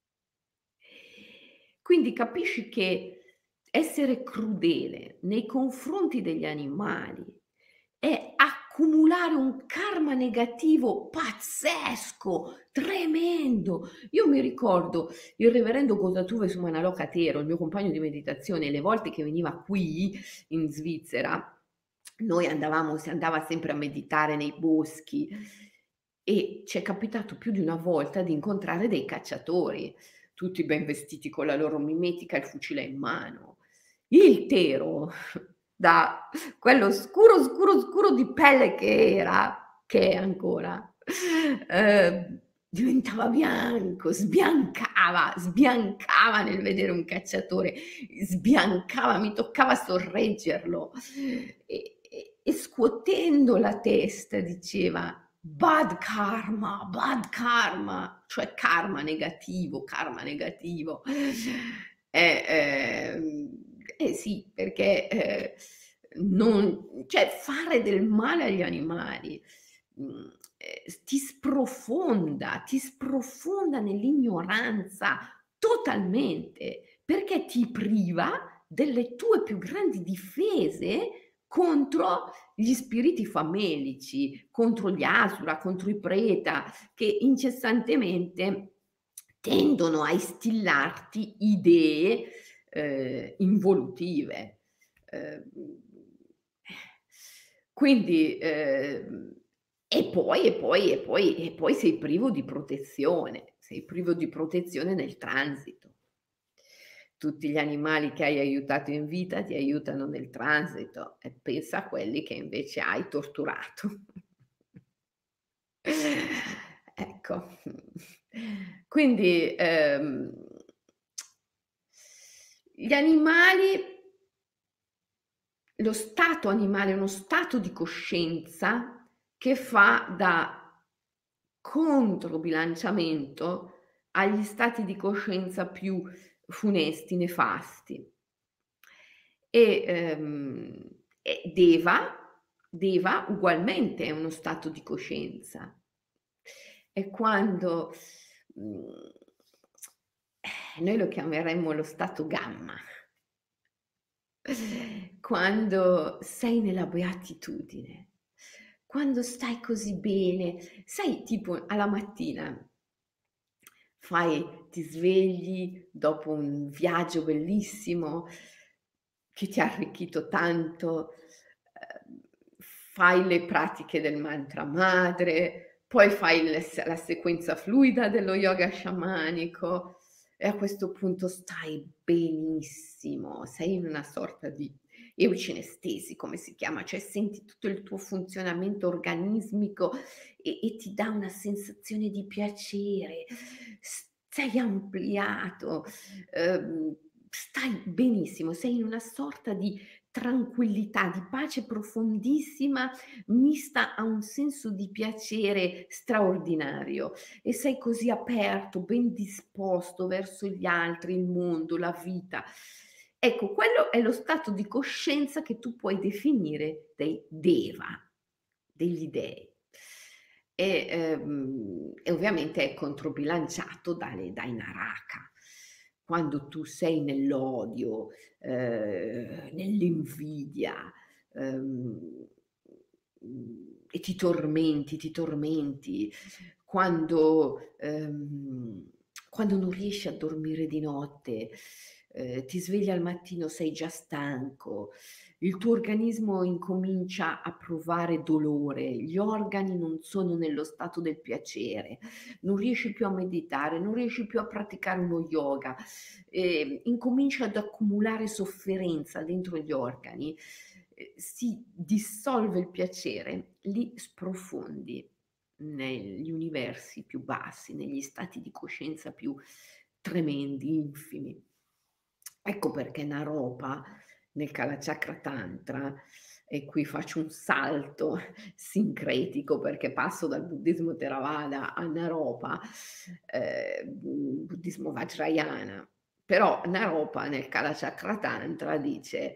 Speaker 1: Quindi capisci che essere crudele nei confronti degli animali è accumulare un karma negativo pazzesco, tremendo. Io mi ricordo il reverendo Gotatuve Sumanaloka-Tero, il mio compagno di meditazione, le volte che veniva qui in Svizzera, si andava sempre a meditare nei boschi e ci è capitato più di una volta di incontrare dei cacciatori, tutti ben vestiti con la loro mimetica e il fucile in mano. Il Tero, da quello scuro, scuro, scuro di pelle che è ancora, diventava bianco, sbiancava nel vedere un cacciatore, sbiancava, mi toccava sorreggerlo e scuotendo la testa diceva: bad karma, cioè karma negativo, karma negativo. Sì, perché non, cioè fare del male agli animali ti sprofonda nell'ignoranza totalmente, perché ti priva delle tue più grandi difese contro gli spiriti famelici, contro gli asura, contro i preta, che incessantemente tendono a instillarti idee involutive. Ehm, quindi, e poi sei privo di protezione nel transito. Tutti gli animali che hai aiutato in vita ti aiutano nel transito e pensa a quelli che invece hai torturato. Ecco. Quindi, gli animali lo stato animale è uno stato di coscienza che fa da controbilanciamento agli stati di coscienza più funesti, nefasti. E, Deva ugualmente è uno stato di coscienza. È quando, mhmm, noi lo chiameremmo lo stato gamma, quando sei nella beatitudine, quando stai così bene, sai tipo alla mattina ti svegli dopo un viaggio bellissimo che ti ha arricchito tanto, fai le pratiche del mantra madre, poi fai la sequenza fluida dello yoga sciamanico e a questo punto stai benissimo, sei in una sorta di eucinestesi, come si chiama, cioè senti tutto il tuo funzionamento organismico e ti dà una sensazione di piacere, sei ampliato, stai benissimo, sei in una sorta di tranquillità, di pace profondissima, mista a un senso di piacere straordinario e sei così aperto, ben disposto verso gli altri, il mondo, la vita. Ecco, quello è lo stato di coscienza che tu puoi definire dei deva, degli dei. E ovviamente è controbilanciato dai naraka. Quando tu sei nell'odio, nell'invidia, ehm, e ti tormenti, quando quando non riesci a dormire di notte, ti svegli al mattino, sei già stanco, il tuo organismo incomincia a provare dolore, gli organi non sono nello stato del piacere, non riesci più a meditare, non riesci più a praticare uno yoga, incomincia ad accumulare sofferenza dentro gli organi, si dissolve il piacere, lì sprofondi negli universi più bassi, negli stati di coscienza più tremendi, infimi. Ecco perché Naropa nel Kalachakra Tantra, e qui faccio un salto sincretico perché passo dal buddismo Theravada a Naropa, buddismo Vajrayana, però Naropa nel Kalachakra Tantra dice,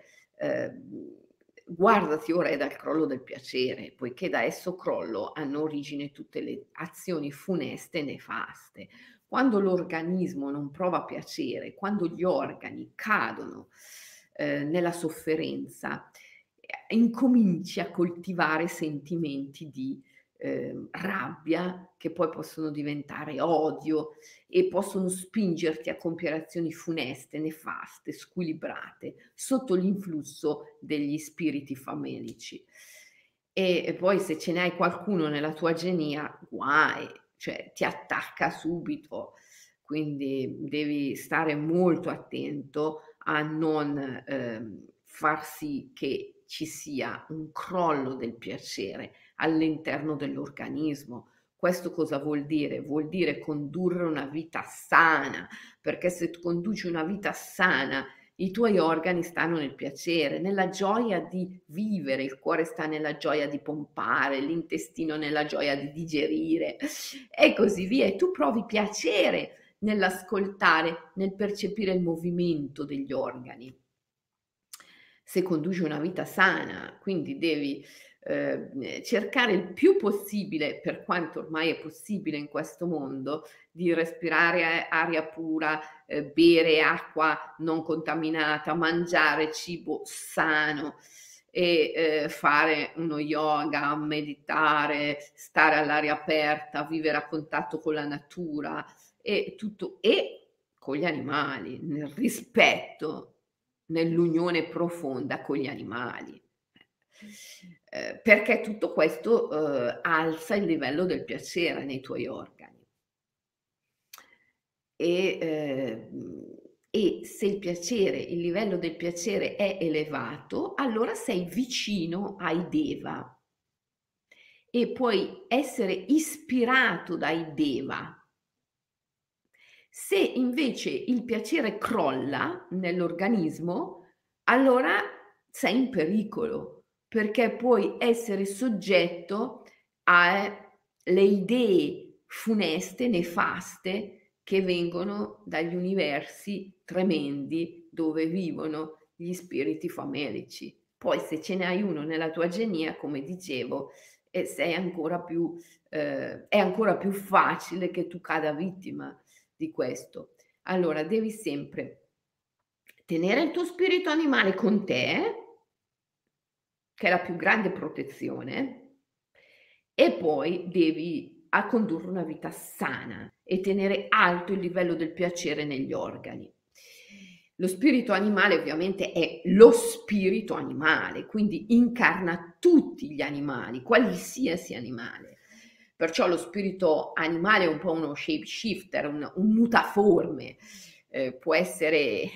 Speaker 1: guardati ora dal crollo del piacere, poiché da esso crollo hanno origine tutte le azioni funeste e nefaste. Quando l'organismo non prova piacere, quando gli organi cadono, nella sofferenza, incominci a coltivare sentimenti di, rabbia che poi possono diventare odio e possono spingerti a compiere azioni funeste, nefaste, squilibrate, sotto l'influsso degli spiriti famelici. E poi se ce ne hai qualcuno nella tua genia, guai, cioè ti attacca subito. Quindi devi stare molto attento a non, far sì che ci sia un crollo del piacere all'interno dell'organismo. Questo cosa vuol dire? Vuol dire condurre una vita sana, perché se tu conduci una vita sana, i tuoi organi stanno nel piacere, nella gioia di vivere, il cuore sta nella gioia di pompare, l'intestino nella gioia di digerire e così via. E tu provi piacere nell'ascoltare, nel percepire il movimento degli organi. Se conduci una vita sana, quindi devi cercare il più possibile, per quanto ormai è possibile in questo mondo, di respirare aria pura, bere acqua non contaminata, mangiare cibo sano e, fare uno yoga, meditare, stare all'aria aperta, vivere a contatto con la natura e tutto e con gli animali, nel rispetto, nell'unione profonda con gli animali. perché tutto questo, alza il livello del piacere nei tuoi organi. E, e se il livello del piacere è elevato, allora sei vicino ai deva e puoi essere ispirato dai deva. Se invece il piacere crolla nell'organismo, allora sei in pericolo, perché puoi essere soggetto alle idee funeste, nefaste, che vengono dagli universi tremendi dove vivono gli spiriti famelici. Poi se ce ne hai uno nella tua genia, come dicevo, è ancora più facile che tu cada vittima di questo. Allora devi sempre tenere il tuo spirito animale con te, che è la più grande protezione, e poi devi a condurre una vita sana e tenere alto il livello del piacere negli organi. Lo spirito animale ovviamente è lo spirito animale, quindi incarna tutti gli animali, qualsiasi animale. Perciò lo spirito animale è un po' uno shapeshifter, un mutaforme, può essere,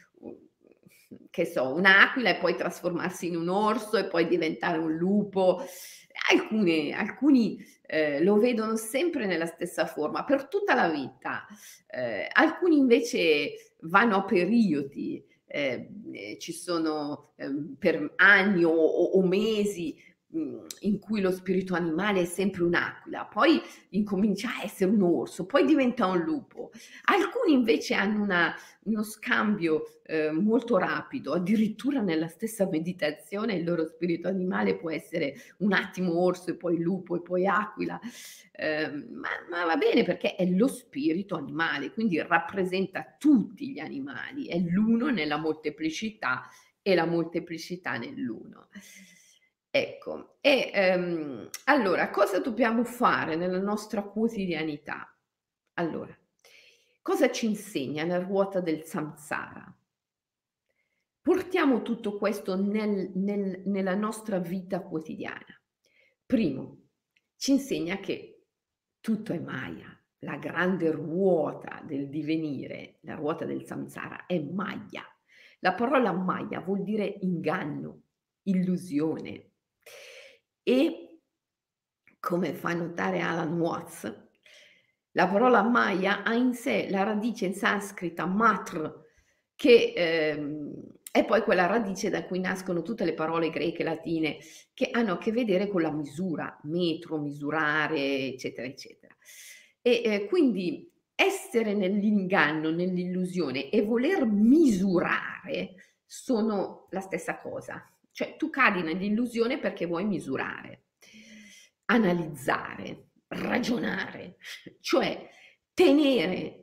Speaker 1: che so, un'aquila e poi trasformarsi in un orso e poi diventare un lupo. Alcuni lo vedono sempre nella stessa forma per tutta la vita, alcuni invece vanno a periodi, ci sono per anni o mesi in cui lo spirito animale è sempre un'aquila, poi incomincia a essere un orso, poi diventa un lupo. Alcuni invece hanno uno scambio molto rapido, addirittura nella stessa meditazione il loro spirito animale può essere un attimo orso e poi lupo e poi aquila, ma va bene perché è lo spirito animale, quindi rappresenta tutti gli animali, è l'uno nella molteplicità e la molteplicità nell'uno. Ecco, allora cosa dobbiamo fare nella nostra quotidianità? Allora, cosa ci insegna la ruota del samsara? Portiamo tutto questo nella nostra vita quotidiana. Primo, ci insegna che tutto è Maya, la grande ruota del divenire, la ruota del samsara è Maya. La parola Maya vuol dire inganno, illusione e, come fa notare Alan Watts, la parola Maya ha in sé la radice in sanscrita matr, che è poi quella radice da cui nascono tutte le parole greche, latine, che hanno a che vedere con la misura, metro, misurare, eccetera, eccetera. E quindi essere nell'inganno, nell'illusione e voler misurare sono la stessa cosa. Cioè tu cadi nell'illusione perché vuoi misurare, analizzare, ragionare, cioè tenere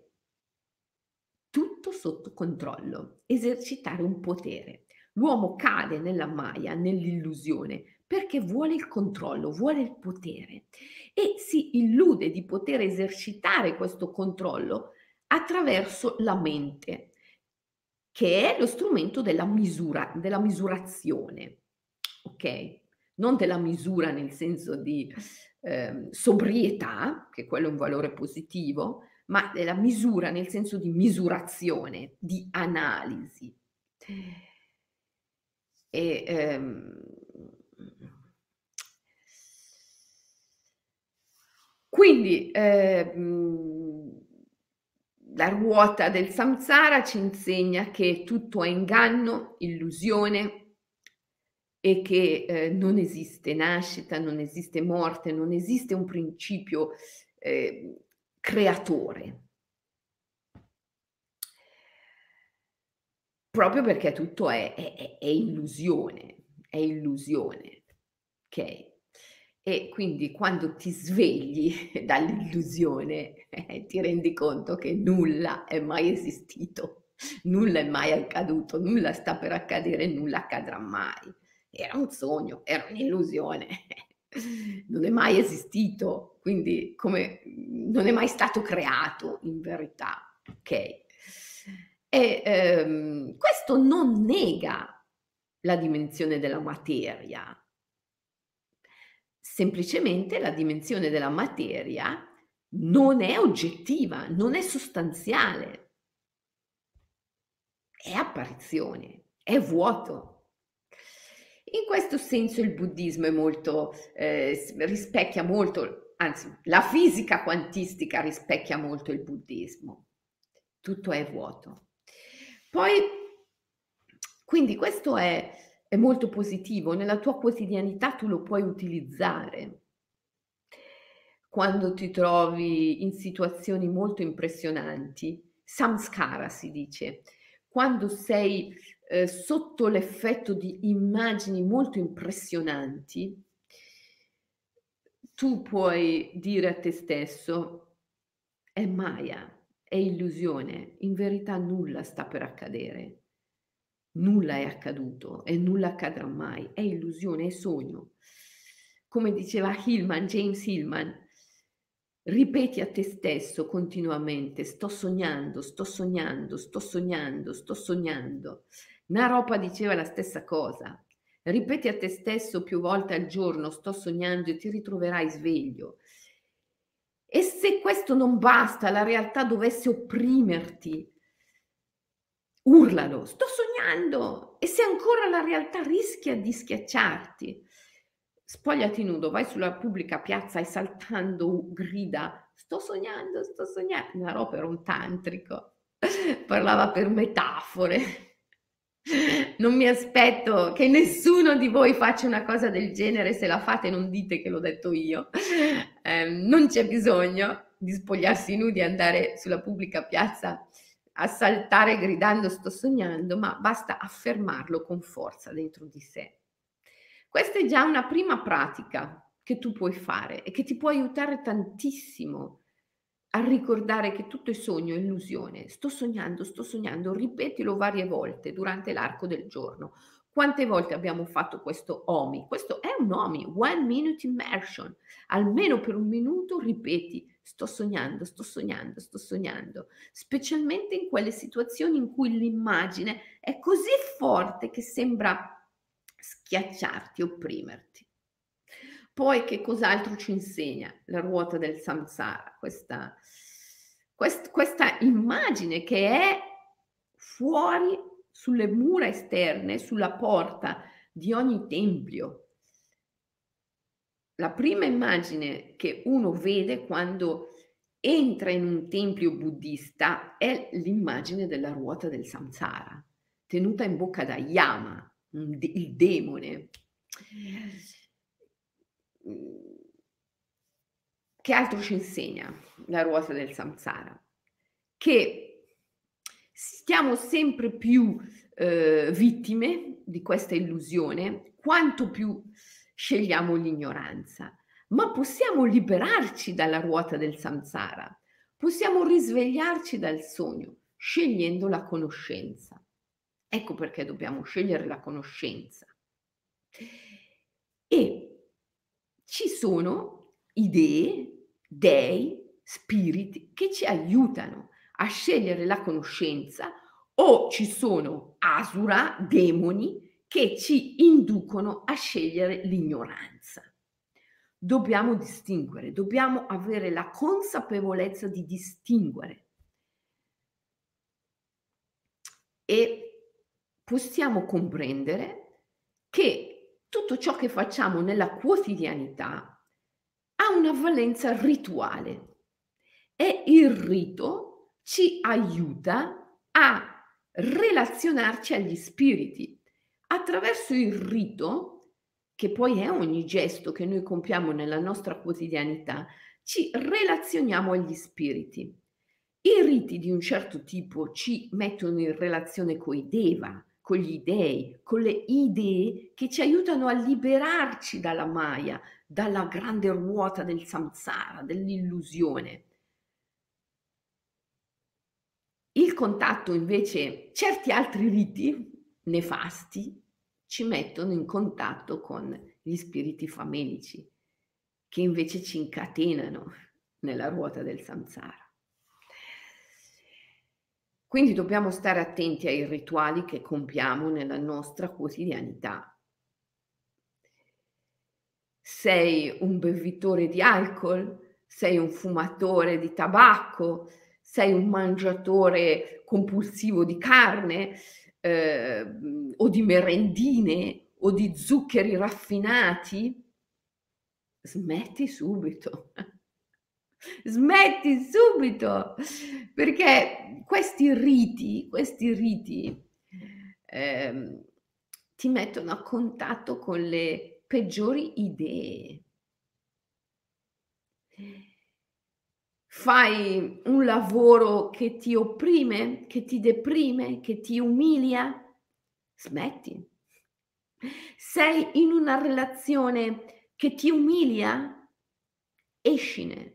Speaker 1: tutto sotto controllo, esercitare un potere. L'uomo cade nella Maya, nell'illusione, perché vuole il controllo, vuole il potere e si illude di poter esercitare questo controllo attraverso la mente, che è lo strumento della misura, della misurazione, ok? Non della misura nel senso di sobrietà, che quello è un valore positivo, ma della misura nel senso di misurazione, di analisi. E, quindi la ruota del samsara ci insegna che tutto è inganno, illusione e che non esiste nascita, non esiste morte, non esiste un principio creatore. Proprio perché tutto è è illusione, okay? E quindi quando ti svegli dall'illusione, ti rendi conto che nulla è mai esistito, nulla è mai accaduto, nulla sta per accadere, nulla accadrà mai. Era un sogno, era un'illusione, non è mai esistito, quindi come non è mai stato creato in verità, okay? E, questo non nega la dimensione della materia, Semplicemente la dimensione della materia non è oggettiva, non è sostanziale, è apparizione, è vuoto. In questo senso il buddismo è molto, rispecchia molto, anzi, la fisica quantistica rispecchia molto il buddismo. Tutto è vuoto. Poi, quindi questo è molto positivo, nella tua quotidianità tu lo puoi utilizzare. Quando ti trovi in situazioni molto impressionanti, samskara si dice, quando sei sotto l'effetto di immagini molto impressionanti, tu puoi dire a te stesso, è Maya, è illusione, in verità nulla sta per accadere, nulla è accaduto e nulla accadrà mai, è illusione, è sogno. Come diceva Hillman, James Hillman, ripeti a te stesso continuamente, sto sognando, sto sognando, sto sognando, sto sognando. Naropa diceva la stessa cosa. Ripeti a te stesso più volte al giorno, sto sognando e ti ritroverai sveglio. E se questo non basta, la realtà dovesse opprimerti, urlalo, sto sognando. E se ancora la realtà rischia di schiacciarti, spogliati nudo, vai sulla pubblica piazza e saltando grida, sto sognando, sto sognando. Naropa era un tantrico, parlava per metafore. Non mi aspetto che nessuno di voi faccia una cosa del genere, se la fate non dite che l'ho detto io. Non c'è bisogno di spogliarsi nudi e andare sulla pubblica piazza a saltare gridando sto sognando, ma basta affermarlo con forza dentro di sé. Questa è già una prima pratica che tu puoi fare e che ti può aiutare tantissimo a ricordare che tutto è sogno, è illusione. Sto sognando, ripetilo varie volte durante l'arco del giorno. Quante volte abbiamo fatto questo OMI? Questo è un OMI, One Minute Immersion. Almeno per un minuto ripeti, sto sognando, sto sognando, sto sognando. Specialmente in quelle situazioni in cui l'immagine è così forte che sembra schiacciarti, opprimerti. Poi che cos'altro ci insegna la ruota del samsara? Questa immagine che è fuori sulle mura esterne, sulla porta di ogni tempio. La prima immagine che uno vede quando entra in un tempio buddista è l'immagine della ruota del samsara, tenuta in bocca da Yama, il demone. Che altro ci insegna la ruota del samsara? Che stiamo sempre più vittime di questa illusione, quanto più scegliamo l'ignoranza, ma possiamo liberarci dalla ruota del samsara, possiamo risvegliarci dal sogno scegliendo la conoscenza. Ecco perché dobbiamo scegliere la conoscenza. E ci sono idee, dei, spiriti che ci aiutano a scegliere la conoscenza, o ci sono asura, demoni, che ci inducono a scegliere l'ignoranza. Dobbiamo distinguere, dobbiamo avere la consapevolezza di distinguere. E possiamo comprendere che tutto ciò che facciamo nella quotidianità ha una valenza rituale e il rito ci aiuta a relazionarci agli spiriti. Attraverso il rito, che poi è ogni gesto che noi compiamo nella nostra quotidianità, ci relazioniamo agli spiriti. I riti di un certo tipo ci mettono in relazione coi deva, con gli dei, con le idee che ci aiutano a liberarci dalla maya, dalla grande ruota del samsara, dell'illusione. Il contatto invece, certi altri riti nefasti ci mettono in contatto con gli spiriti famelici, che invece ci incatenano nella ruota del samsara. Quindi dobbiamo stare attenti ai rituali che compiamo nella nostra quotidianità. sei un bevitore di alcol, sei un fumatore di tabacco, sei un mangiatore compulsivo di carne, o di merendine o di zuccheri raffinati, smetti subito. Smetti subito, perché questi riti ehm, ti mettono a contatto con le peggiori idee. Fai un lavoro che ti opprime, che ti deprime, che ti umilia? Smetti. Sei in una relazione che ti umilia? Escine.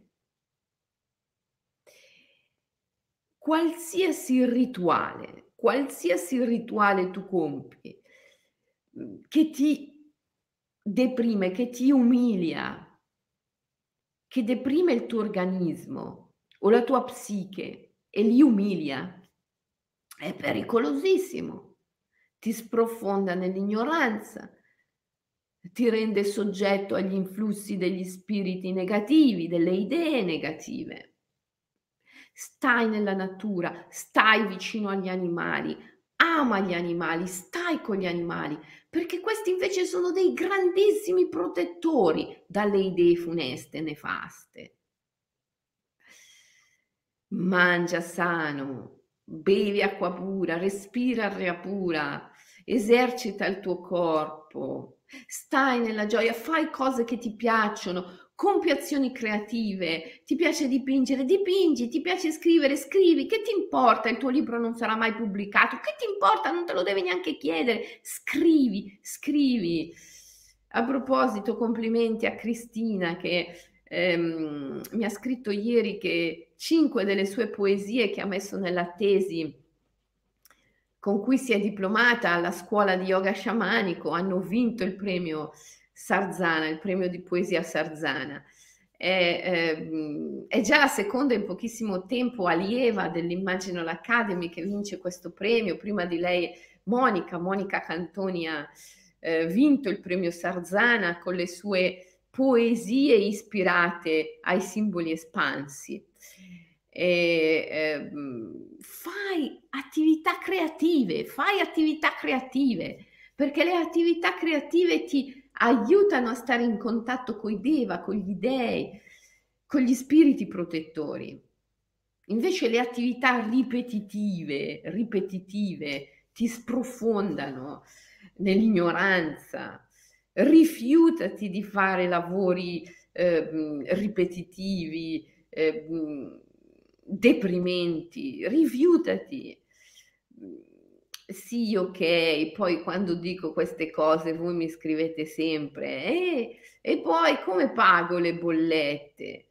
Speaker 1: Qualsiasi rituale tu compi, che ti deprime, che ti umilia, che deprime il tuo organismo o la tua psiche e li umilia, è pericolosissimo. Ti sprofonda nell'ignoranza, ti rende soggetto agli influssi degli spiriti negativi, delle idee negative. Stai nella natura, stai vicino agli animali, ama gli animali, stai con gli animali, perché questi invece sono dei grandissimi protettori dalle idee funeste e nefaste. Mangia sano, bevi acqua pura, respira aria pura, esercita il tuo corpo, stai nella gioia, fai cose che ti piacciono, compi azioni creative, ti piace dipingere, dipingi, ti piace scrivere, scrivi, che ti importa, il tuo libro non sarà mai pubblicato, che ti importa, non te lo devi neanche chiedere, scrivi, scrivi. A proposito, complimenti a Cristina che mi ha scritto ieri che 5 delle sue poesie che ha messo nella tesi con cui si è diplomata alla scuola di yoga sciamanico hanno vinto il premio Sarzana, il premio di poesia Sarzana. È già la seconda in pochissimo tempo allieva dell'Imaginal Academy che vince questo premio. Prima di lei Monica Cantoni ha vinto il premio Sarzana con le sue poesie ispirate ai simboli espansi. Fai attività creative, perché le attività creative ti aiutano a stare in contatto coi Deva, con gli dei, con gli spiriti protettori. Invece le attività ripetitive ti sprofondano nell'ignoranza. Rifiutati di fare lavori ripetitivi, deprimenti, rifiutati. Sì, ok, poi quando dico queste cose voi mi scrivete sempre, e poi come pago le bollette?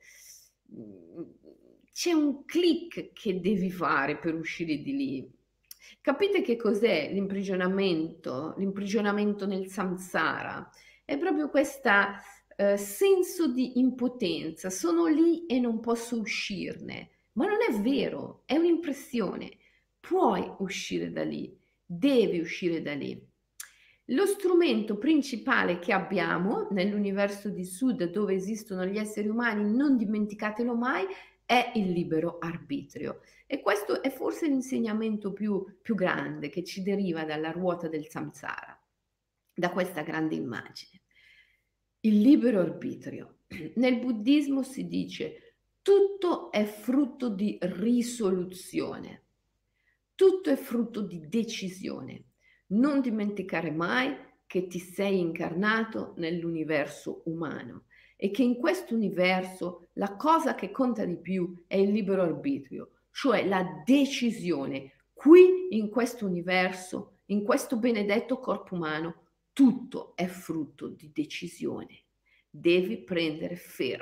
Speaker 1: C'è un click che devi fare per uscire di lì. Capite che cos'è l'imprigionamento? L'imprigionamento nel samsara. È proprio questo senso di impotenza. Sono lì e non posso uscirne. Ma non è vero, è un'impressione. Puoi uscire da lì, devi uscire da lì. Lo strumento principale che abbiamo nell'universo di Sud, dove esistono gli esseri umani, non dimenticatelo mai, è il libero arbitrio. E questo è forse l'insegnamento più grande che ci deriva dalla ruota del samsara, da questa grande immagine. Il libero arbitrio. Nel buddismo si dice tutto è frutto di risoluzione, tutto è frutto di decisione. Non dimenticare mai che ti sei incarnato nell'universo umano e che in questo universo la cosa che conta di più è il libero arbitrio, cioè la decisione. Qui in questo universo, in questo benedetto corpo umano, tutto è frutto di decisione. Devi prendere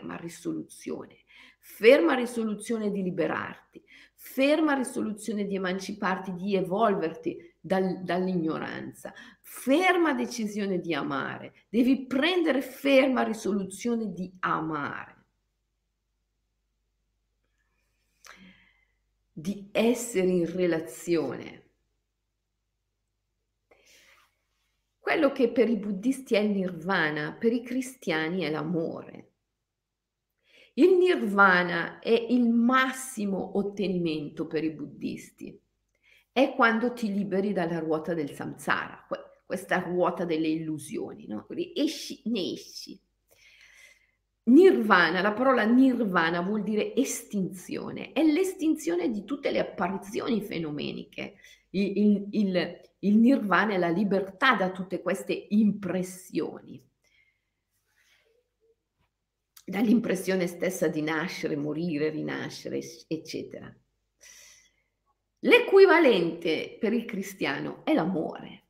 Speaker 1: ferma risoluzione di liberarti, ferma risoluzione di emanciparti, di evolverti dall'ignoranza, ferma decisione di amare, devi prendere ferma risoluzione di amare, di essere in relazione. quello che per i buddisti è il nirvana, per i cristiani è l'amore. Il nirvana è il massimo ottenimento per i buddisti. È quando ti liberi dalla ruota del samsara, questa ruota delle illusioni, no? Quindi esci, ne esci. Nirvana, la parola nirvana vuol dire estinzione, è l'estinzione di tutte le apparizioni fenomeniche. Il nirvana è la libertà da tutte queste impressioni, dall'impressione stessa di nascere, morire, rinascere, eccetera. L'equivalente per il cristiano è l'amore,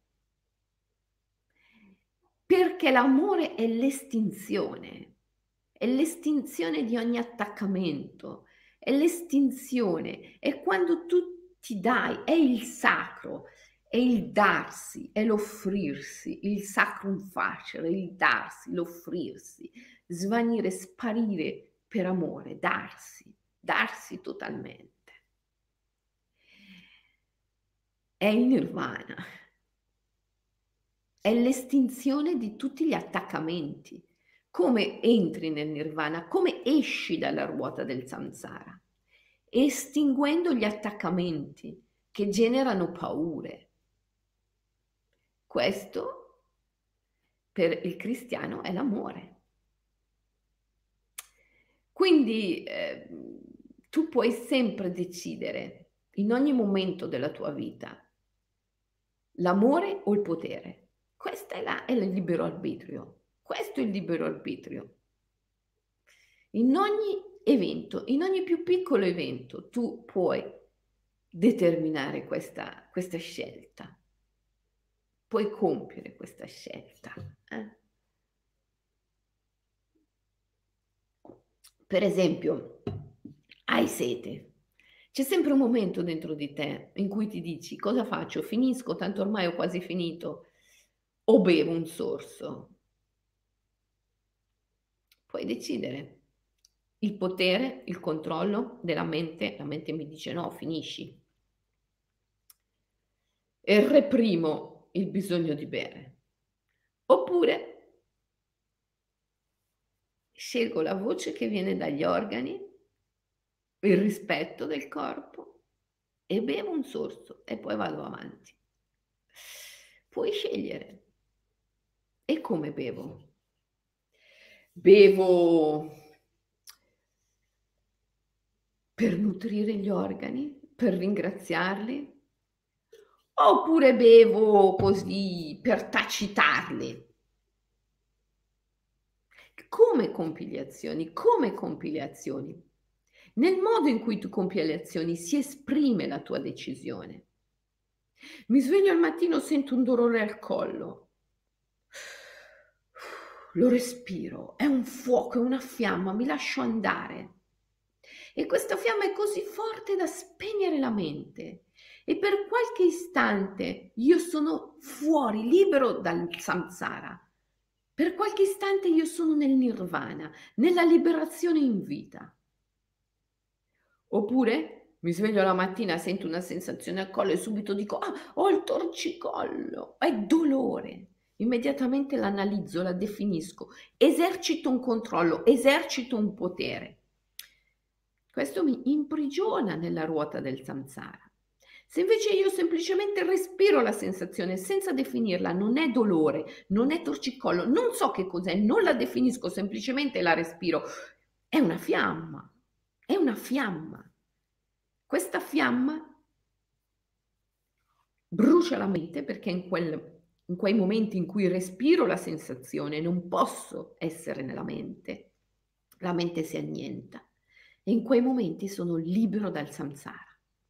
Speaker 1: perché l'amore è l'estinzione di ogni attaccamento, è l'estinzione, è quando tu ti dai, è il sacro, è il darsi, è l'offrirsi, il sacrum facere, il darsi, l'offrirsi, svanire, sparire per amore, darsi totalmente. È il nirvana, è l'estinzione di tutti gli attaccamenti. Come entri nel nirvana? Come esci dalla ruota del samsara? Estinguendo gli attaccamenti che generano paure. Questo per il cristiano è l'amore. Quindi tu puoi sempre decidere in ogni momento della tua vita l'amore o il potere. Questo è il libero arbitrio. Questo è il libero arbitrio. In ogni evento, in ogni più piccolo evento, tu puoi determinare questa scelta. Puoi compiere questa scelta. Per esempio, hai sete. C'è sempre un momento dentro di te in cui ti dici: cosa faccio? Finisco, tanto ormai ho quasi finito, o bevo un sorso? Puoi decidere. Il potere, il controllo della mente, la mente mi dice no, finisci. E reprimo il bisogno di bere. Oppure scelgo la voce che viene dagli organi, il rispetto del corpo, e bevo un sorso e poi vado avanti. Puoi scegliere. E come bevo? Bevo per nutrire gli organi, per ringraziarli, oppure bevo così per tacitarli. Come compi le azioni? Come compi le azioni? Nel modo in cui tu compi le azioni si esprime la tua decisione. Mi sveglio al mattino, sento un dolore al collo. Lo respiro, è un fuoco, è una fiamma, mi lascio andare. E questa fiamma è così forte da spegnere la mente. E per qualche istante io sono fuori, libero dal samsara. Per qualche istante io sono nel nirvana, nella liberazione in vita. Oppure mi sveglio la mattina, sento una sensazione al collo e subito dico: ah, ho il torcicollo, è dolore. Immediatamente l'analizzo, la definisco, esercito un controllo, esercito un potere. Questo mi imprigiona nella ruota del samsara. Se invece io semplicemente respiro la sensazione senza definirla, non è dolore, non è torcicollo, non so che cos'è, non la definisco, semplicemente la respiro, è una fiamma, è una fiamma. Questa fiamma brucia la mente perché in quei momenti in cui respiro la sensazione non posso essere nella mente, la mente si annienta e in quei momenti sono libero dal samsara.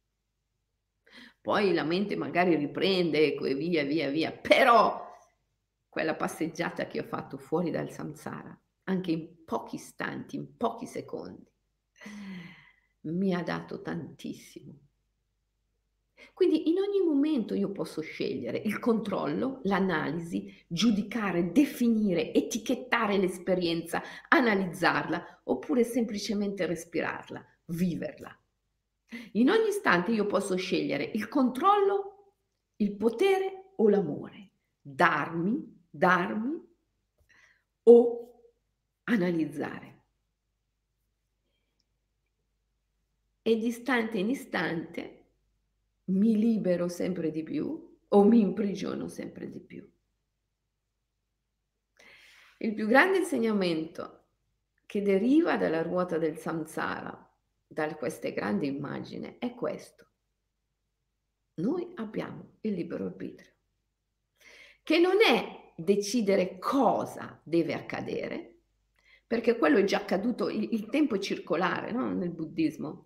Speaker 1: Poi la mente magari riprende e via, via, via, però quella passeggiata che ho fatto fuori dal samsara, anche in pochi istanti, in pochi secondi, mi ha dato tantissimo. Quindi in ogni momento io posso scegliere il controllo, l'analisi, giudicare, definire, etichettare l'esperienza, analizzarla, oppure semplicemente respirarla, viverla. In ogni istante io posso scegliere il controllo, il potere o l'amore. darmi o analizzare. E di istante in istante mi libero sempre di più o mi imprigiono sempre di più. Il più grande insegnamento che deriva dalla ruota del samsara, da queste grandi immagini, è questo: noi abbiamo il libero arbitrio, che non è decidere cosa deve accadere, perché quello è già accaduto, il tempo è circolare, no, nel buddismo.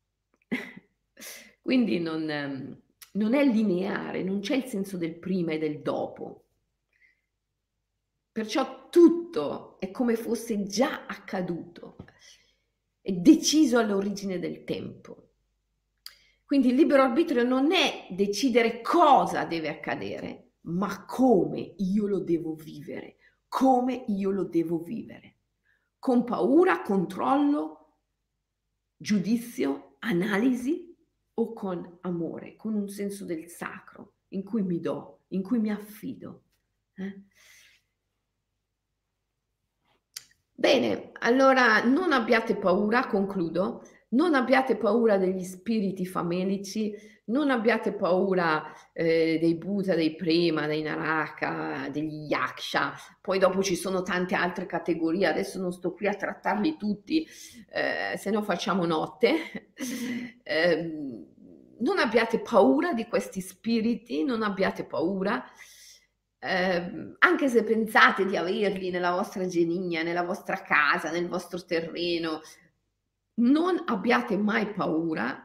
Speaker 1: Quindi non è lineare, non c'è il senso del prima e del dopo. Perciò tutto è come fosse già accaduto, è deciso all'origine del tempo. Quindi il libero arbitrio non è decidere cosa deve accadere, ma come io lo devo vivere, come io lo devo vivere. Con paura, controllo, giudizio, analisi o con amore, con un senso del sacro in cui mi do, in cui mi affido. Bene, allora non abbiate paura, concludo, non abbiate paura degli spiriti famelici, non abbiate paura dei Bhuta, dei Prema, dei Naraka, degli Yaksha, poi dopo ci sono tante altre categorie, adesso non sto qui a trattarli tutti, se no facciamo notte. Non abbiate paura di questi spiriti, non abbiate paura. Anche se pensate di averli nella vostra geniglia, nella vostra casa, nel vostro terreno, non abbiate mai paura,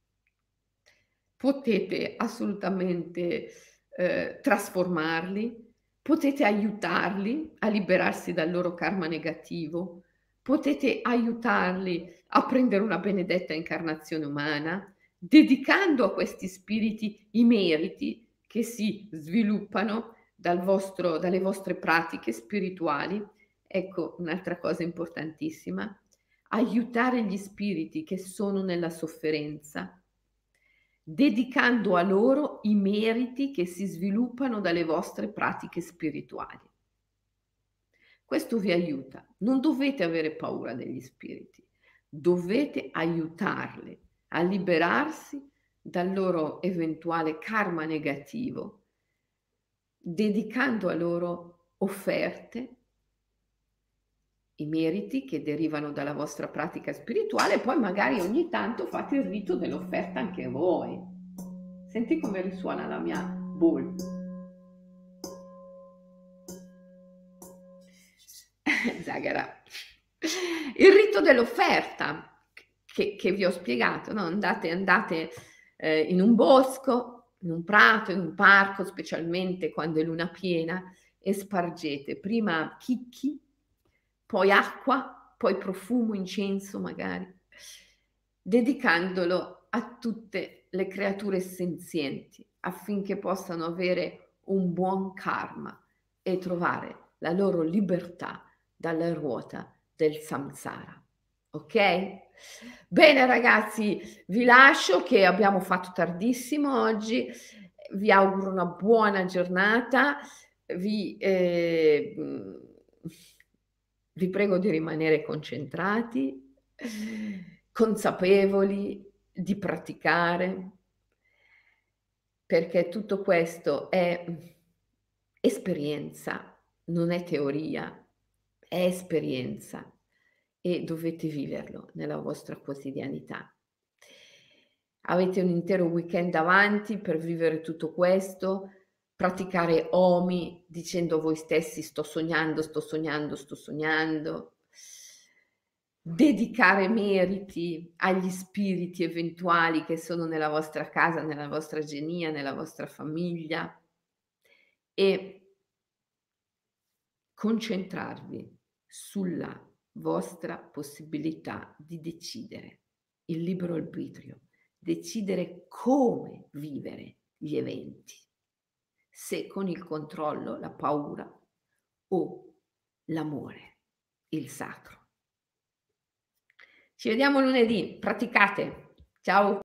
Speaker 1: potete assolutamente trasformarli, potete aiutarli a liberarsi dal loro karma negativo, potete aiutarli a prendere una benedetta incarnazione umana, dedicando a questi spiriti i meriti che si sviluppano dalle vostre pratiche spirituali. Ecco un'altra cosa importantissima: aiutare gli spiriti che sono nella sofferenza, dedicando a loro i meriti che si sviluppano dalle vostre pratiche spirituali. Questo vi aiuta. Non dovete avere paura degli spiriti, dovete aiutarli a liberarsi dal loro eventuale karma negativo, dedicando a loro offerte, i meriti che derivano dalla vostra pratica spirituale, e poi magari ogni tanto fate il rito dell'offerta anche voi. Senti come risuona la mia bowl. Zagara. Il rito dell'offerta che vi ho spiegato, no? Andate in un bosco, in un prato, in un parco, specialmente quando è luna piena, e spargete prima chicchi, poi acqua, poi profumo, incenso magari, dedicandolo a tutte le creature senzienti affinché possano avere un buon karma e trovare la loro libertà dalla ruota del samsara. Ok? Bene ragazzi, vi lascio che abbiamo fatto tardissimo oggi, vi auguro una buona giornata, vi prego di rimanere concentrati, consapevoli, di praticare, perché tutto questo è esperienza, non è teoria, è esperienza e dovete viverlo nella vostra quotidianità. Avete un intero weekend davanti per vivere tutto questo, praticare Omi dicendo a voi stessi sto sognando, sto sognando, sto sognando, dedicare meriti agli spiriti eventuali che sono nella vostra casa, nella vostra genia, nella vostra famiglia e concentrarvi sulla vostra possibilità di decidere, il libero arbitrio, decidere come vivere gli eventi, se con il controllo, la paura o l'amore, il sacro. Ci vediamo lunedì, praticate. Ciao!